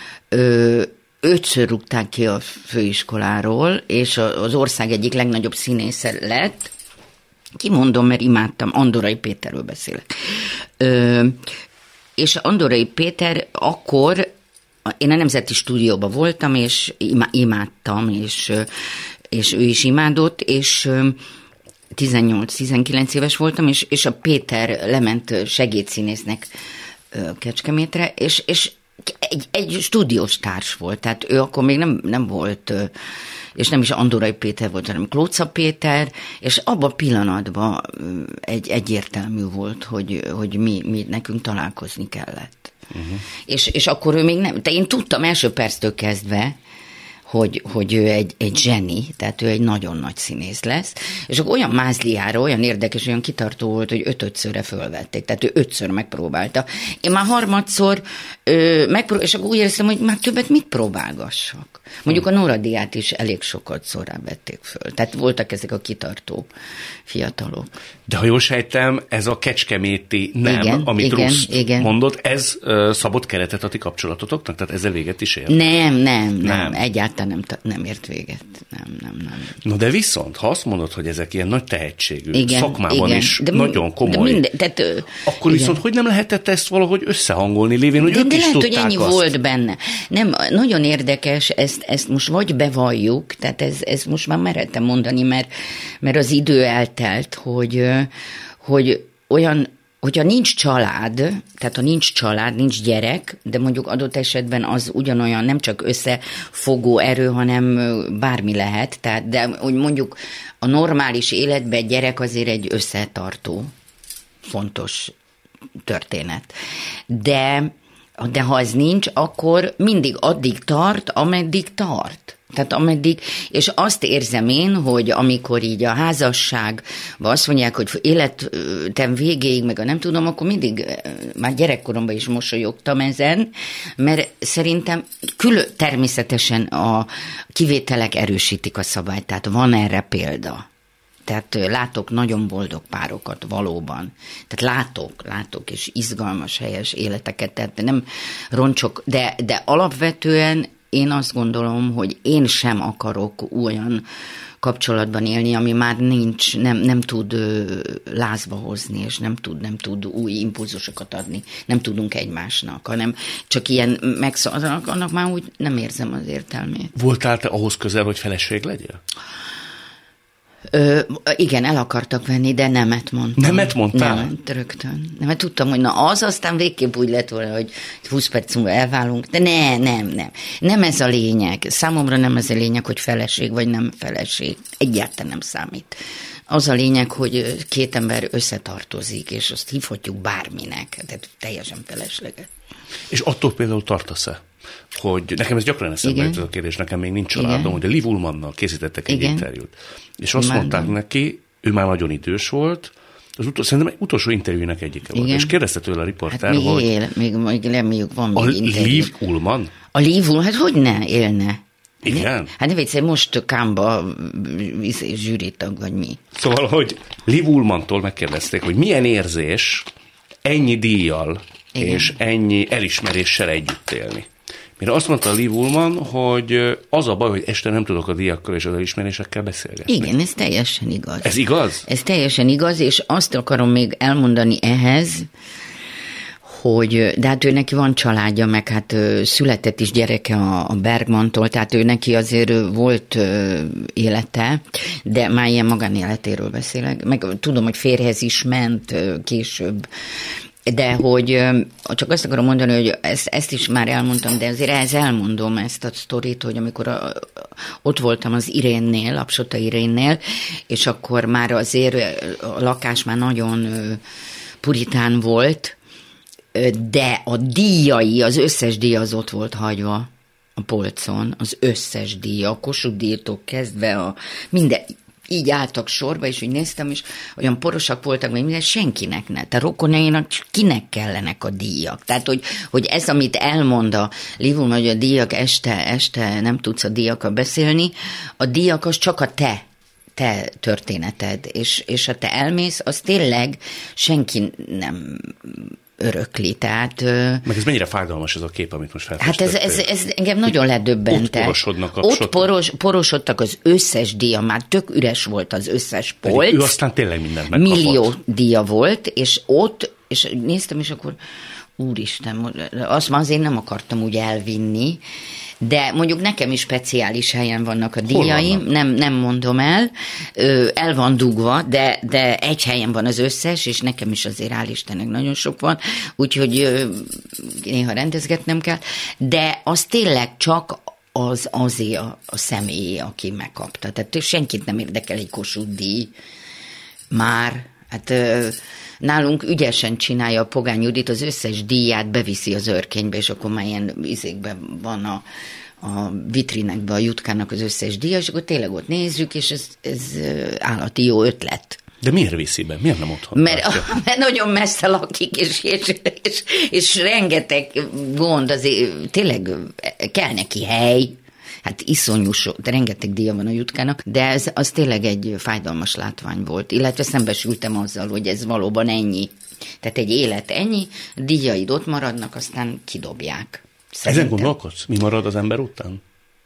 ö, ötször rúgták ki a főiskoláról, és az ország egyik legnagyobb színésze lett. Kimondom, mert imádtam, Andorai Péterről beszélek. Ö, és Andorai Péter akkor, én a Nemzeti Stúdióban voltam, és imádtam, és, és ő is imádott, és tizennyolc-tizenkilenc éves voltam, és, és a Péter lement segédszínésznek Kecskemétre, és, és egy, egy stúdiós társ volt, tehát ő akkor még nem, nem volt, és nem is Andorai Péter volt, hanem Klóca Péter, és abban a pillanatban egy, egyértelmű volt, hogy, hogy mi, mi nekünk találkozni kellett. Uh-huh. És, és akkor ő még nem, de én tudtam első perctől kezdve, hogy, hogy ő egy, egy zseni, tehát ő egy nagyon nagy színész lesz, és akkor olyan mázliára, olyan érdekes, olyan kitartó volt, hogy öt-ötszörre fölvették, tehát ő ötször megpróbálta. Én már harmadszor megpróbáltam, és akkor úgy éreztem, hogy már többet mit próbálgassak. Mondjuk a Nóradiát is elég sokat szorán vették föl, tehát voltak ezek a kitartó fiatalok. De ha jól sejtem, ez a kecskeméti nem, igen, amit igen, Rusz igen. mondott, ez uh, szabott keretet a ti kapcsolatotoknak? Tehát ezzel véget is ért? Nem, nem, nem, nem. egyáltalán nem, nem ért véget. Nem, nem, nem. No de viszont, ha azt mondod, hogy ezek ilyen nagy tehetségű, igen, szakmában igen. is de, nagyon komoly, de minden, tehát, akkor igen. viszont hogy nem lehetett ezt valahogy összehangolni lévén, hogy de, ők de is lehet, tudták hogy ennyi azt. volt benne. Nem, nagyon érdekes, ezt, ezt most vagy bevalljuk, tehát ez, ez most már meredtem mondani, mert, mert az idő eltelt, hogy, hogy olyan, hogyha nincs család, tehát ha nincs család, nincs gyerek, de mondjuk adott esetben az ugyanolyan nem csak összefogó erő, hanem bármi lehet, tehát, de hogy mondjuk a normális életben egy gyerek azért egy összetartó, fontos történet. De, de ha ez nincs, akkor mindig addig tart, ameddig tart. Tehát ameddig, és azt érzem én, hogy amikor így a házasságban azt mondják, hogy életem végéig, meg a nem tudom, akkor mindig, már gyerekkoromban is mosolyogtam ezen, mert szerintem külön, természetesen a kivételek erősítik a szabályt, tehát van erre példa. Tehát látok nagyon boldog párokat valóban. Tehát látok, látok, és izgalmas, helyes életeket, tehát nem roncsok, de, de alapvetően én azt gondolom, hogy én sem akarok olyan kapcsolatban élni, ami már nincs, nem, nem tud ö, lázba hozni, és nem tud, nem tud új impulzusokat adni. Nem tudunk egymásnak, hanem csak ilyen megszólnak, annak már úgy nem érzem az értelmét. Voltál te ahhoz közel, hogy feleség legyél? Ö, igen, el akartak venni, de nemet mondtam. Nemet mondtál? Nem, rögtön. Nem, mert tudtam, hogy na az aztán végképp úgy lett volna, hogy húsz perc múlva elválunk, de ne, nem, nem. Nem ez a lényeg. Számomra nem ez a lényeg, hogy feleség vagy nem feleség. Egyáltalán nem számít. Az a lényeg, hogy két ember összetartozik, és azt hívhatjuk bárminek. Tehát teljesen felesleges. És attól például tartasz-e? Hogy nekem ez gyakran eszembe jut a kérdés, nekem még nincs családom, igen. hogy a Liv Ullmannnal készítettek egy igen. interjút. És azt Imádom. mondták neki, ő már nagyon idős volt, az utol, szerintem utolsó interjúnak egyike volt. És kérdezte tőle a riporter, hát még hogy... él, még, még reméljük, van még a interjú. Liv Ullmann? A Liv Ullmann, hát hogy ne élne? Igen? Hát ne viccelj, most Kámba zsűritag, vagy mi. Szóval, hogy Liv Ullmanntól megkérdezték, hogy milyen érzés ennyi díjjal igen. és ennyi elismeréssel együtt élni. Mire azt mondta a Liv Ullmann, hogy az a baj, hogy este nem tudok a díjakkal és az elismerésekkel beszélgetni. Igen, ez teljesen igaz. Ez igaz? Ez teljesen igaz, és azt akarom még elmondani ehhez, hogy, de hát ő neki van családja, meg hát született is gyereke a Bergmantól, tehát ő neki azért volt élete, de már ilyen magánéletéről beszélek, meg tudom, hogy férjhez is ment később, de hogy csak azt akarom mondani, hogy ezt, ezt is már elmondtam, de azért ehhez elmondom ezt a sztorit, hogy amikor a, ott voltam az Irénnél, Apsota Irénnél, és akkor már azért a lakás már nagyon puritán volt, de a díjai, az összes díj az ott volt hagyva a polcon, az összes díj, a Kossuth díjtól kezdve a minden, így álltak sorba, és úgy néztem, és olyan porosak voltak, hogy minden senkinek ne. Tehát rokonainak kinek kellenek a díjak. Tehát, hogy, hogy ez, amit elmond a Livon, hogy a díjak este, este nem tudsz a díjakkal beszélni, a díjak az csak a te te történeted, és, és ha te elmész, az tényleg senki nem örökli, tehát... Meg ez mennyire fájdalmas ez a kép, amit most felfestettél. Hát ez, ez, ez engem nagyon ledöbbentett. Ott porosodnak a Ott poros, porosodtak az összes díja, már tök üres volt az összes polc. Ő aztán tényleg mindent megkapott. Millió díja volt, és ott, és néztem, és akkor úristen, azt már azért nem akartam úgy elvinni, de mondjuk nekem is speciális helyen vannak a díjaim, nem, nem mondom el, el van dugva, de, de egy helyen van az összes, és nekem is azért hál' Istennek nagyon sok van, úgyhogy néha rendezgetnem kell, de az tényleg csak az azért a, a személy, aki megkapta. Tehát senkit nem érdekel egy Kossuth díj már, hát... Nálunk ügyesen csinálja a Pogány Judit, az összes díját beviszi az Örkénybe, és akkor már ilyen izékben van a, a vitrinekben a Jutkának az összes díja, és akkor tényleg ott nézzük, és ez, ez állati jó ötlet. De miért viszi be? Miért nem otthon? Mert, mert nagyon messze lakik, és, és, és, és rengeteg gond, azért tényleg kell neki hely. Hát iszonyú sok, de rengeteg díja van a Jutkának, de ez az tényleg egy fájdalmas látvány volt, illetve szembesültem azzal, hogy ez valóban ennyi. Tehát egy élet ennyi, díjaid ott maradnak, aztán kidobják. Szerintem. Ezen gondolkodsz? Mi marad az ember után?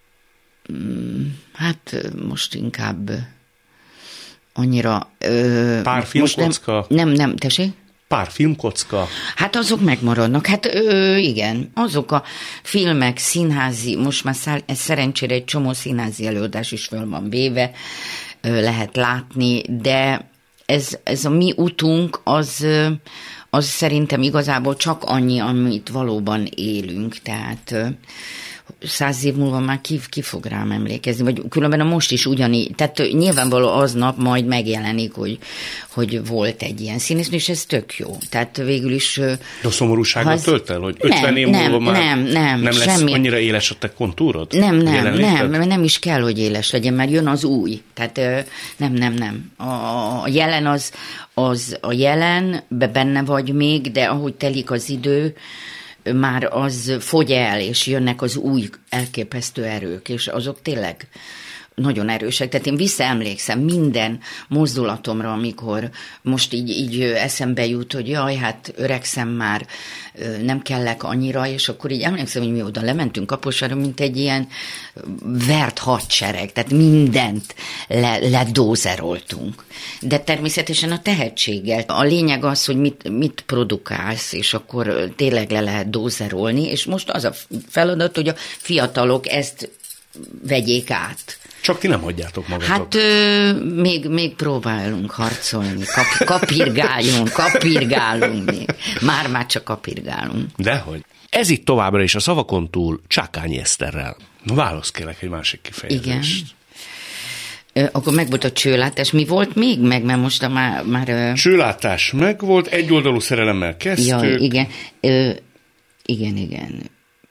Hát most inkább annyira... Ö, Pár filmkocka? Nem, nem, nem, tessék? Pár filmkocka? Hát azok megmaradnak. Hát ö, igen, azok a filmek, színházi, most már szá, szerencsére egy csomó színházi előadás is föl van véve, ö, lehet látni, de ez, ez a mi utunk, az, az szerintem igazából csak annyi, amit valóban élünk, tehát... Ö, száz év múlva már ki, ki fog rám emlékezni, vagy különben a most is ugyanígy, tehát nyilvánvaló aznap majd megjelenik, hogy, hogy volt egy ilyen színésznő, és ez tök jó. Tehát végül is... De a szomorúságot az... tölt el, hogy ötven nem, év nem, múlva már nem, nem, nem lesz semmi... annyira éles a te kontúrod? Nem, nem, nem, mert nem is kell, hogy éles legyen, mert jön az új. Tehát nem, nem, nem. A, a jelen az, az a jelen, benne vagy még, de ahogy telik az idő, már az fogy el, és jönnek az új elképesztő erők, és azok tényleg nagyon erősek. Tehát én visszaemlékszem minden mozdulatomra, amikor most így, így eszembe jut, hogy jaj, hát öregszem már, nem kellek annyira, és akkor így emlékszem, hogy mi oda lementünk Kaposvára, mint egy ilyen vert hadsereg, tehát mindent le, ledózeroltunk. De természetesen a tehetséggel. A lényeg az, hogy mit, mit produkálsz, és akkor tényleg le lehet dózerolni, és most az a feladat, hogy a fiatalok ezt vegyék át. Csak ti nem hagyjátok magatok. Hát ö, még, még próbálunk harcolni, Kap, kapirgálunk, kapirgálunk még. Már-már csak kapirgálunk. Dehogy. Ez itt továbbra is a szavakon túl Csákányi Eszterrel. Na válasz kérlek egy másik kifejezést. Igen. Ö, akkor meg volt a csőlátás. Mi volt még meg, mert most a már... már ö... Csőlátás meg volt, egyoldalú szerelemmel kezdtük. Ja, igen. Ö, igen, igen.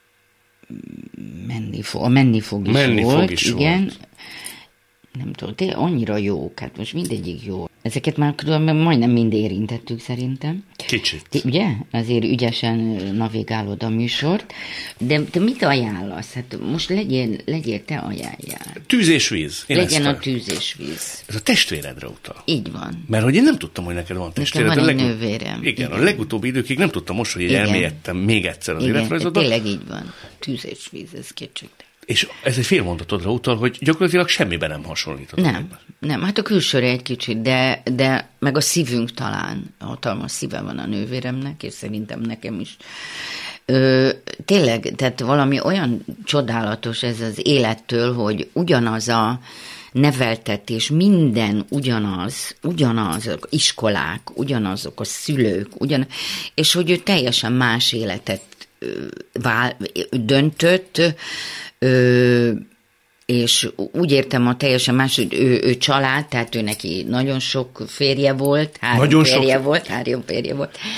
Menni fog, a menni fog is menni volt, fog is igen. Volt. Nem tudom, tényleg annyira jók, hát most mindegyik jó. Ezeket már majdnem mind érintettük szerintem. Kicsit. Te, ugye? Azért ügyesen navigálod a műsort. De te mit ajánlasz? Hát most legyél, legyél te ajánljál. Tűz és víz. Én Legyen a tűz és víz. Ez a testvéredre utal. Így van. Mert hogy én nem tudtam, hogy neked van testvéred. Nekem van egy legut- nővérem. Igen, Igen, a legutóbbi időkig nem tudtam most, hogy így elmélyedtem még egyszer az igen, életrajzodat. tényleg így van. Tűz és víz, ez kétségtelen. És ez egy félmondatodra utal, hogy gyakorlatilag semmiben nem hasonlítod. Nem, nem, hát a külsőre egy kicsit, de, de meg a szívünk talán, hatalmas szíve van a nővéremnek, és szerintem nekem is. Ö, tényleg, tehát valami olyan csodálatos ez az élettől, hogy ugyanaz a neveltetés, minden ugyanaz, ugyanazok iskolák, ugyanazok a szülők, ugyan, és hogy ő teljesen más életet vál, döntött, Ö, és úgy értem a teljesen más, hogy ő, ő család, tehát ő neki nagyon sok férje volt, három nagyon férje sok... volt, három férje volt,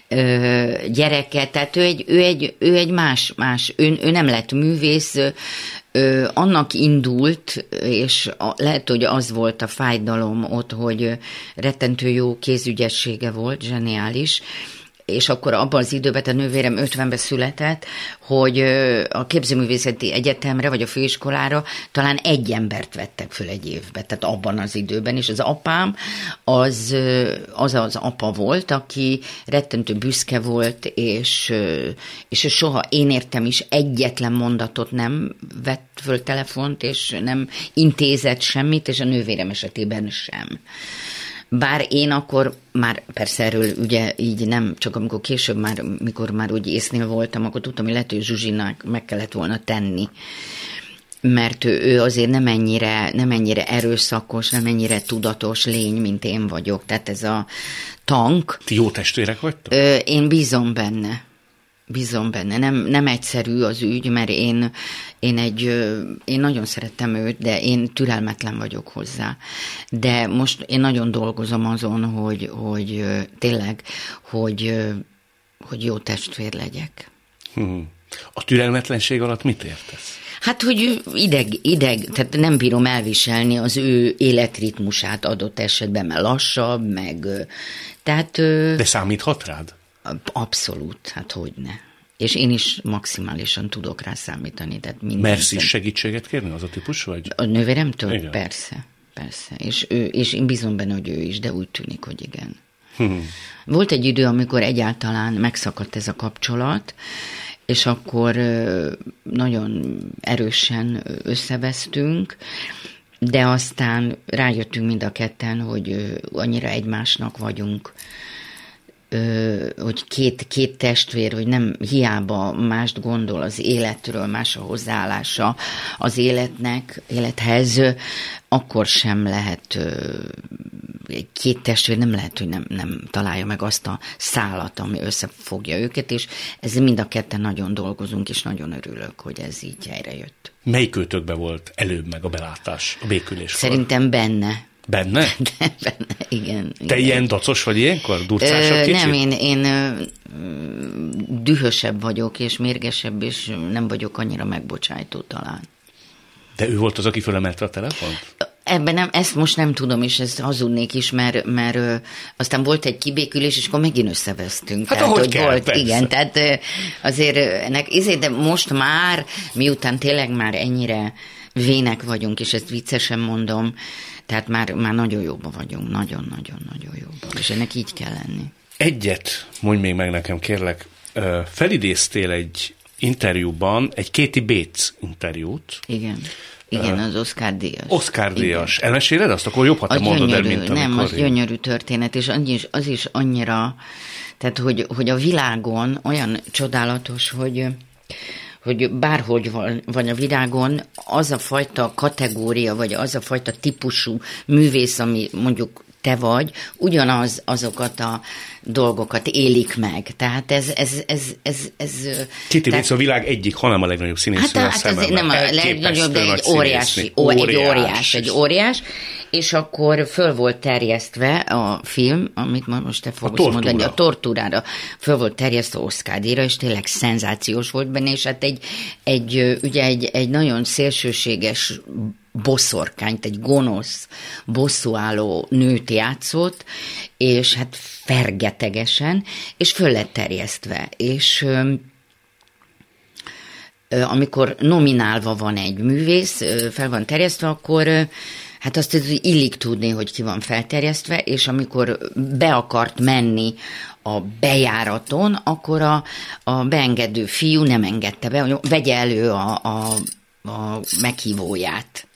gyereke, tehát ő egy, ő egy, ő egy más, más ő, ő nem lett művész, Ö, annak indult, és a, lehet, hogy az volt a fájdalom ott, hogy rettentő jó kézügyessége volt, zseniális, és akkor abban az időben, a nővérem ötvenben született, hogy a képzőművészeti egyetemre, vagy a főiskolára talán egy embert vettek föl egy évbe, tehát abban az időben, és az apám az az, az apa volt, aki rettentő büszke volt, és, és soha, én értem is, egyetlen mondatot nem vett föl telefont, és nem intézett semmit, és a nővérem esetében sem. Bár én akkor már, persze erről ugye így nem, csak amikor később már, mikor már úgy észnél voltam, akkor tudtam, hogy lehet, hogy Zsuzsinak meg kellett volna tenni. Mert ő, ő azért nem ennyire, nem ennyire erőszakos, nem ennyire tudatos lény, mint én vagyok. Tehát ez a tank. Ti jó testvérek vagytok? Ö, én bízom benne. Bízom benne. Nem, nem egyszerű az ügy, mert én, én, egy, én nagyon szerettem őt, de én türelmetlen vagyok hozzá. De most én nagyon dolgozom azon, hogy, hogy tényleg, hogy, hogy jó testvér legyek. Hmm. A türelmetlenség alatt mit értesz? Hát, hogy ideg, ideg, tehát nem bírom elviselni az ő életritmusát adott esetben, mert lassabb, meg... Tehát, de számíthat rád? Abszolút, hát hogyne. És én is maximálisan tudok rá számítani. Tehát Mersz is segítséget kérni, az a típus vagy? A nővéremtől? Igen. Persze, persze. És, ő, és én bízom benne, hogy ő is, de úgy tűnik, hogy igen. Hmm. Volt egy idő, amikor egyáltalán megszakadt ez a kapcsolat, és akkor nagyon erősen összevesztünk, de aztán rájöttünk mind a ketten, hogy annyira egymásnak vagyunk, hogy két, két testvér, hogy nem hiába mást gondol az életről, más a hozzáállása az életnek, élethez, akkor sem lehet, két testvér nem lehet, hogy nem, nem találja meg azt a szálat, ami összefogja őket, és ezzel mind a ketten nagyon dolgozunk, és nagyon örülök, hogy ez így helyre jött. Melyik őtökbe volt előbb meg a belátás, a béküléskor? Szerintem benne. Benne? De benne, igen. Te igen. Ilyen dacos vagy ilyenkor? Durcásabb kicsit? Nem, én, én dühösebb vagyok, és mérgesebb, és nem vagyok annyira megbocsájtó talán. De ő volt az, aki fölemelte a telefont? Ebben nem, ezt most nem tudom, és ezt hazudnék is, mert, mert aztán volt egy kibékülés, és akkor megint összevesztünk. Hát tehát, ahogy hogy kell, volt, persze. Igen, tehát azért ennek, ezért, de most már, miután tényleg már ennyire vének vagyunk, és ezt viccesen mondom, tehát már, már nagyon jóban vagyunk, nagyon-nagyon-nagyon jóban, és ennek így kell lenni. Egyet mondj még meg nekem, kérlek, felidéztél egy interjúban, egy Katie Bates interjút. Igen. Igen, az Oscar-díjas. Oscar-díjas. Elmeséled azt? Akkor jobb, ha te mondod el, mint amikor... Nem, az gyönyörű történet, és az is, az is annyira, tehát hogy, hogy a világon olyan csodálatos, hogy... hogy bárhogy van, van a világon, az a fajta kategória, vagy az a fajta típusú művész, ami mondjuk te vagy, ugyanaz azokat a dolgokat élik meg. Tehát ez... ez, ez, ez, ez Katie Bates a világ egyik, hanem a legnagyobb színésznő hát, a hát az nem a legnagyobb, de egy óriási, ó, egy óriás, egy óriás, és akkor föl volt terjesztve a film, amit most te fogsz a mondani, a Tortúrára föl volt terjesztve Oscar-díjra, és tényleg szenzációs volt benne, és hát egy, egy, ugye egy, egy nagyon szélsőséges boszorkányt, egy gonosz, bosszúálló nőt játszott, és hát fergetegesen, és föl lett terjesztve, és amikor nominálva van egy művész, fel van terjesztve, akkor hát azt illik tudni, hogy ki van felterjesztve, és amikor be akart menni a bejáraton, akkor a, a beengedő fiú nem engedte be, hogy vegye elő a, a, a meghívóját.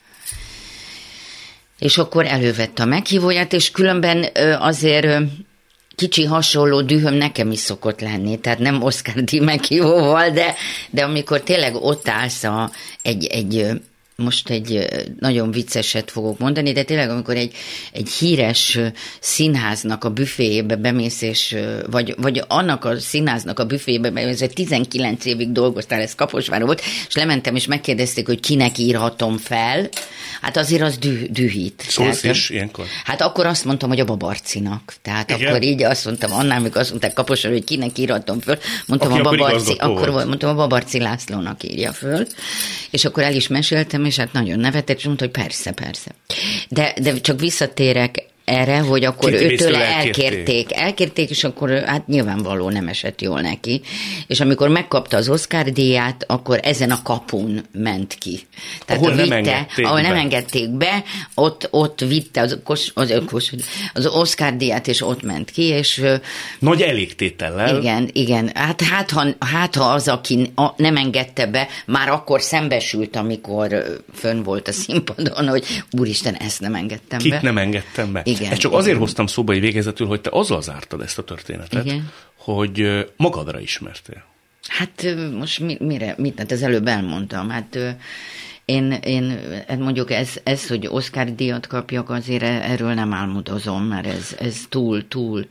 És akkor elővette a meghívóját, és különben azért kicsi hasonló dühöm nekem is szokott lenni, tehát nem Oscar-díj meghívóval, de, de amikor tényleg ott állsz a, egy, egy, most egy nagyon vicceset fogok mondani, de tényleg amikor egy, egy híres színháznak a büféjébe bemész, és, vagy, vagy annak a színháznak a büféjébe bemész, hogy tizenkilenc évig dolgoztál, ez Kaposváron volt, és lementem, és megkérdezték, hogy kinek írhatom fel, Hát azért az dü, dühít. Szólsz tehát, is ilyenkor? Hát akkor azt mondtam, hogy a Babarcinak. Tehát igen? Akkor így azt mondtam, annál, amikor azt mondták Kaposváron, hogy kinek írhatom föl, mondtam, a Babarci, akkor, akkor mondtam, a Babarci Lászlónak írja föl. És akkor el is meséltem, és hát nagyon nevetett, és mondta, hogy persze, persze. De, de csak visszatérek erre, hogy akkor őtől elkérték. Elkérték, és akkor hát nyilvánvaló nem esett jól neki. És amikor megkapta az Oscar-díját, akkor ezen a kapun ment ki. Tehát ahol vitte, nem engedték ahol be. nem engedték be, ott, ott vitte az, az, az Oscar-díját, és ott ment ki, és... Nagy elégtétellel. Igen, igen. Hát, hát, ha, hát ha az, aki nem engedte be, már akkor szembesült, amikor fönn volt a színpadon, hogy úristen, ezt nem engedtem Kit be. nem engedtem be. Igen, ezt csak igen. azért hoztam szóba egy végezetül, hogy te azzal zártad ezt a történetet, igen. hogy magadra ismertél. Hát most mi, mire, mit, hát az előbb elmondtam, hát én, én hát mondjuk ez, ez, hogy Oscar-díjat kapjak, azért erről nem álmodozom, mert ez, ez túl, túl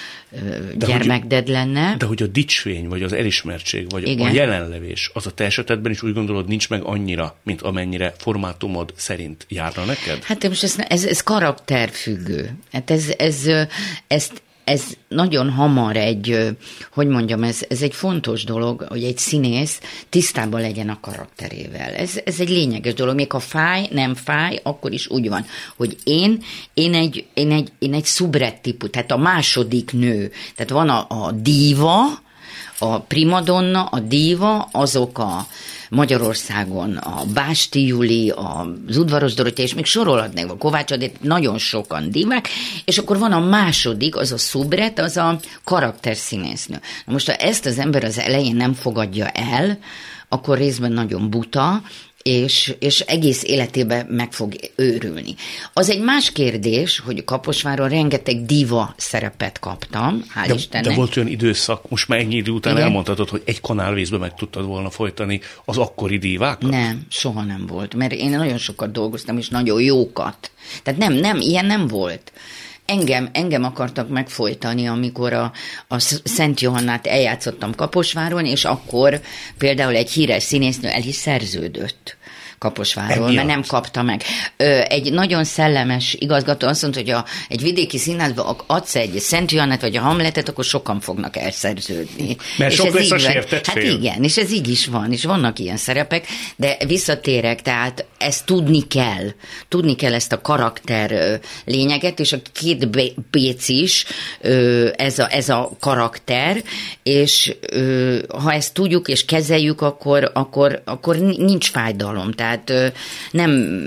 de gyermekded hogy, lenne. De hogy a dicsvény, vagy az elismertség, vagy igen. a jelenlevés, az a te esetedben is úgy gondolod nincs meg annyira, mint amennyire formátumod szerint járna neked? Hát most ez, ez, ez karakterfüggő. Hát ez, ez, ez, ez nagyon hamar egy, hogy mondjam, ez, ez egy fontos dolog, hogy egy színész tisztában legyen a karakterével. Ez, ez egy lényeges dolog. Még ha fáj, nem fáj, akkor is úgy van, hogy én, én egy, én egy, én egy szubret típus, tehát a második nő. Tehát van a, a díva, a primadonna, a díva, azok a Magyarországon a Básti Juli, az Udvaros Dorottya, és még sorolhatnék a Kovács Adét, nagyon sokan divák, és akkor van a második, az a szubret, az a karakterszínésznő. Na most, ha ezt az ember az elején nem fogadja el, akkor részben nagyon buta, és, és egész életében meg fog őrülni. Az egy más kérdés, hogy Kaposváron rengeteg diva szerepet kaptam, hál' de, Istennek. De volt olyan időszak, most már ennyi idő után igen? elmondhatod, hogy egy kanálvészben meg tudtad volna folytani az akkori divákat? Nem, soha nem volt, mert én nagyon sokat dolgoztam, és nagyon jókat. Tehát nem, nem, ilyen nem volt. Engem, engem akartak megfojtani, amikor a, a Szent Johannát eljátszottam Kaposváron, és akkor például egy híres színésznő el is szerződött Kaposváról, mert nem kapta meg. Ö, egy nagyon szellemes igazgató azt mondta, hogy a, egy vidéki színházban adsz egy Szent Johannát vagy a Hamletet, akkor sokan fognak elszerződni. Mert és sok ez lesz a van. sértett Hát fél. igen, és ez így is van, és vannak ilyen szerepek, de visszatérek, tehát ezt tudni kell. Tudni kell ezt a karakter lényeget, és a két béc is ez a, ez a karakter, és ha ezt tudjuk és kezeljük, akkor, akkor, akkor nincs fájdalom. Tehát Tehát nem,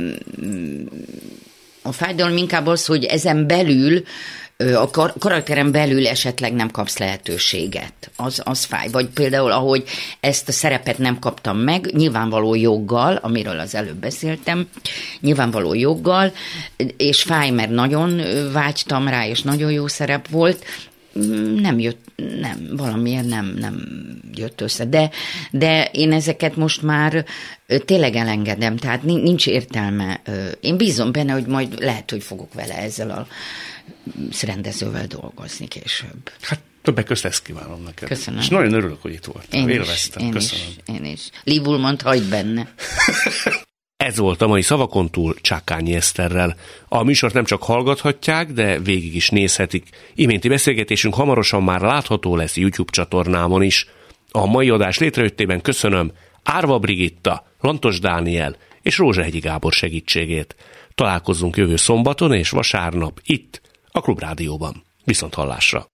a fájdalom inkább az, hogy ezen belül, a karakteren belül esetleg nem kapsz lehetőséget. Az, az fáj. Vagy például, ahogy ezt a szerepet nem kaptam meg, nyilvánvaló joggal, amiről az előbb beszéltem, nyilvánvaló joggal, és fáj, mert nagyon vágytam rá, és nagyon jó szerep volt, nem jött, nem, valamiért nem, nem jött össze. De, de én ezeket most már tényleg elengedem, tehát nincs értelme. Én bízom benne, hogy majd lehet, hogy fogok vele ezzel a rendezővel dolgozni később. Hát többek közt ezt kívánom neked. Köszönöm. És nagyon örülök, hogy itt voltál. Én Élveztem. Is, én Köszönöm. Is, én is. Liv Ullmann hagyd benne. Ez volt a mai Szavakon túl Csákányi Eszterrel. A műsort nem csak hallgathatják, de végig is nézhetik. Iménti beszélgetésünk hamarosan már látható lesz YouTube csatornámon is. A mai adás létrejöttében köszönöm Árva Brigitta, Lantos Dániel és Rózsahegyi Gábor segítségét. Találkozzunk jövő szombaton és vasárnap itt, a Klubrádióban. Viszont hallásra!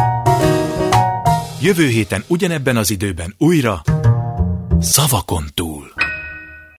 Jövő héten ugyanebben az időben újra Szavakon túl.